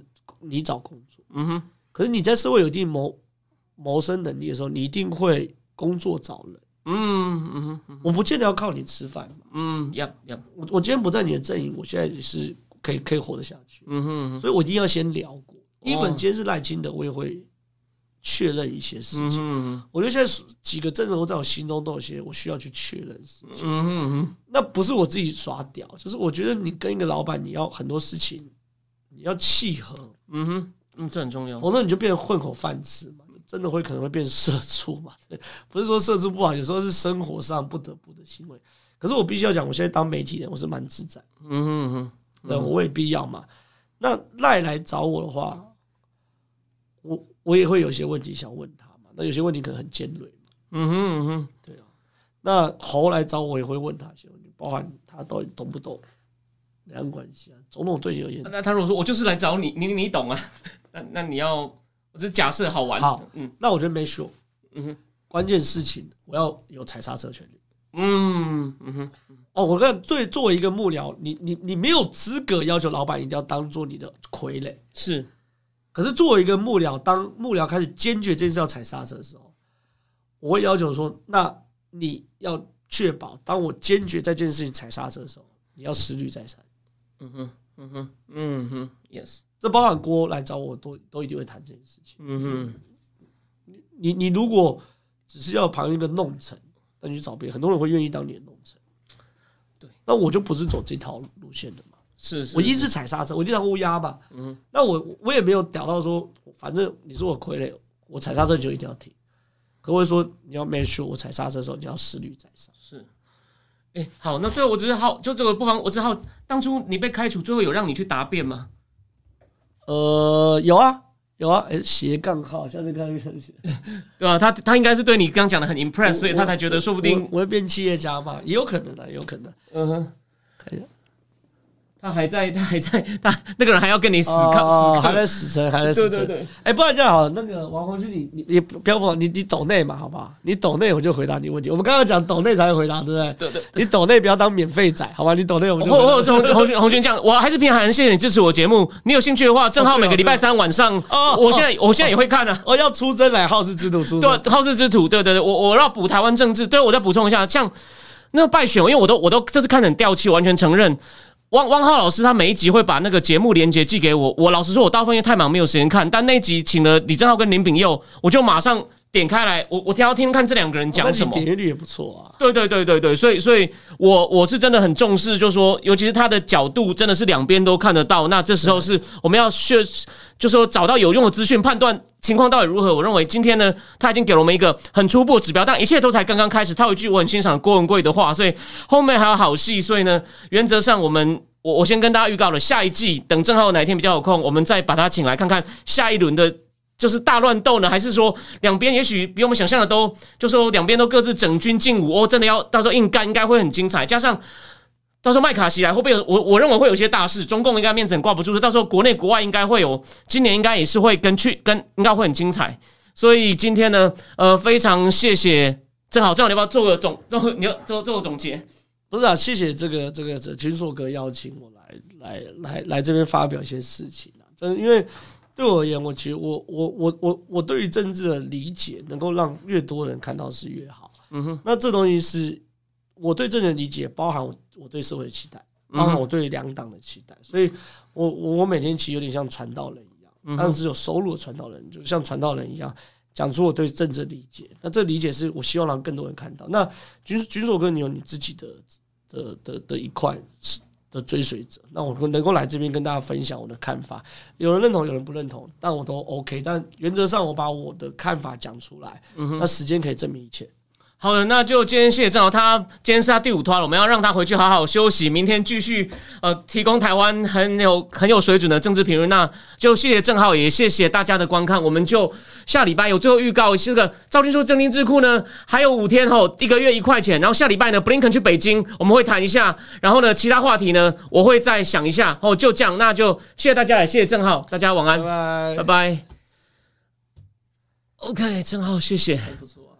你找工作， 嗯哼， 可是你在社会有一定谋谋生能力的时候，你一定会工作找人。 嗯嗯嗯， 我不见得要靠你吃饭嘛。 嗯，yep yep， 我我今天不在你的阵营，我现在也是可以可以活得下去。 嗯哼， 所以我一定要先聊过。even、 哦、 今天是赖清德，我也会确认一些事情。 嗯、 我觉得现在几个阵容在我心中都有些我需要去确认的事情。 嗯哼， 那不是我自己耍屌，就是我觉得你跟一个老板，你要很多事情你要契合。 嗯哼，嗯，这很重要， 否则你就变成混口饭吃嘛。真的会可能会变社畜嘛？不是说社畜不好，有时候是生活上不得不的行为。可是我必须要讲，我现在当媒体人，我是蛮自在。 嗯哼哼， 对，我也必要嘛。那赖来找我的话，我我也会有些问题想问他嘛。那有些问题可能很尖锐嘛。 嗯哼嗯哼， 对啊。那侯来找我也会问他一些问题，包含他到底懂不懂两岸关系啊？总统对你而言， 那他如果说我就是来找你，你你懂啊？那那你要。我只是假设好玩。 好， 嗯， 那我觉得没说。 嗯哼， 关键事情我要有踩刹车权利。 嗯嗯哼， 哦，我看最作为一个幕僚，你你你没有资格要求老板一定要当做你的傀儡。 是， 可是作为一个幕僚，当幕僚开始坚决这件事要踩刹车的时候，我会要求说，那你要确保，当我坚决在这件事情踩刹车的时候，你要思虑再三。 嗯哼，嗯哼，嗯哼 ，yes。 这包含郭来找我都都一定会谈这件事情。 嗯哼， 你你如果只是要旁一个弄臣，那你去找别人，很多人会愿意当你的弄臣。 对， 那我就不是走这套路线的嘛。 是是， 我一直踩刹车，我一直当乌鸦嘛。嗯，那我我也没有屌到说，反正你是我傀儡，我踩刹车就一定要停。可我会说，你要 make sure 我踩刹车的时候，你要思虑再三。 是。哎、欸，好，那最后我只是好，就这个不妨，我只好，当初你被开除，最后有让你去答辩吗？ 呃，有啊，有啊，哎、欸，斜杠号，下次看一看， 对吧、啊？他他应该是对你刚刚讲的很 impress， 所以他才觉得说不定我, 我, 我会变企业家嘛，也有可能的，也有可能。 嗯哼， 看一下。 他还在，他还在，他那个人还要跟你死磕， 哦、 死磕还在死撑，还在死撑。 对对对， 哎、欸，不然这样好了，那个王红军，你你你不要疯，你你抖内嘛，好不好？你抖内我就回答你问题。我们刚刚讲抖内才会回答，对不对？ 对 对, 对。 你抖内不要当免费仔，好吧？你抖内我们就。 或或者是红红军红军这样，我还是平常很谢谢你支持我节目。你有兴趣的话，正好每个礼拜三晚上，哦、我现在、哦、我现在也会看啊。 哦，要出征来好事之徒出征。 对，好事之徒，对对对，我我要补台湾政治。对，我再补充一下，像那个败选，因为我都我都这次看得很掉气，完全承认。汪汪浩老师他每一集会把那个节目连结寄给我，我老实说，我大部分因为太忙没有时间看，但那一集请了李正浩跟林秉佑，我就马上点开来，我我听要听看这两个人讲什么， 哦、点阅率也不错啊。 对对对对对，所以所以我我是真的很重视，就是说，尤其是他的角度，真的是两边都看得到。那这时候是我们要学，就说找到有用的资讯，判断情况到底如何。我认为今天呢，他已经给了我们一个很初步的指标，但一切都才刚刚开始。他有一句我很欣赏郭文贵的话，所以后面还有好戏。所以呢，原则上我们。我我先跟大家预告了，下一季等正好哪一天比较有空，我们再把他请来看看下一轮的，就是大乱斗呢，还是说两边也许比我们想象的都，就说两边都各自整军进伍哦，真的要到时候硬干，应该会很精彩。加上到时候麦卡锡来会不会有？我我认为会有些大事，中共应该面子很挂不住，到时候国内国外应该会有，今年应该也是会跟去跟应该会很精彩。所以今天呢，呃，非常谢谢正好，正好你要不要做个总做你要做做个总结？ 不是啊，谢谢这个这个这军硕哥邀请我来来来来这边发表一些事情啊，真的因为对我而言，我其实我我我我我对于政治的理解，能够让越多人看到是越好。嗯哼，那这东西是我对政治的理解，包含我我对社会的期待，包含我对两党的期待，所以我我每天其实有点像传道人一样，但是有收入的传道人，就像传道人一样。讲出我对政治的理解，那这理解是我希望让更多人看到。那军军硕哥，你有你自己的的的的一块的追随者，那我能够来这边跟大家分享我的看法，有人认同，有人不认同，但我都 OK。但原则上，我把我的看法讲出来，那时间可以证明一切。 好的，那就今天谢谢正好，他今天是他第五团了，我们要让他回去好好休息，明天继续呃提供台湾很有很有水准的政治评论。那就谢谢正浩，也谢谢大家的观看，我们就下礼拜有最后预告，这个赵军硕政经智库呢还有五天后，一个月一块钱，然后下礼拜呢布林肯去北京，我们会谈一下，然后呢其他话题呢我会再想一下，哦就这样，那就谢谢大家，也谢谢正浩，大家晚安， 拜拜拜拜。OK， 正浩谢谢。 不错啊。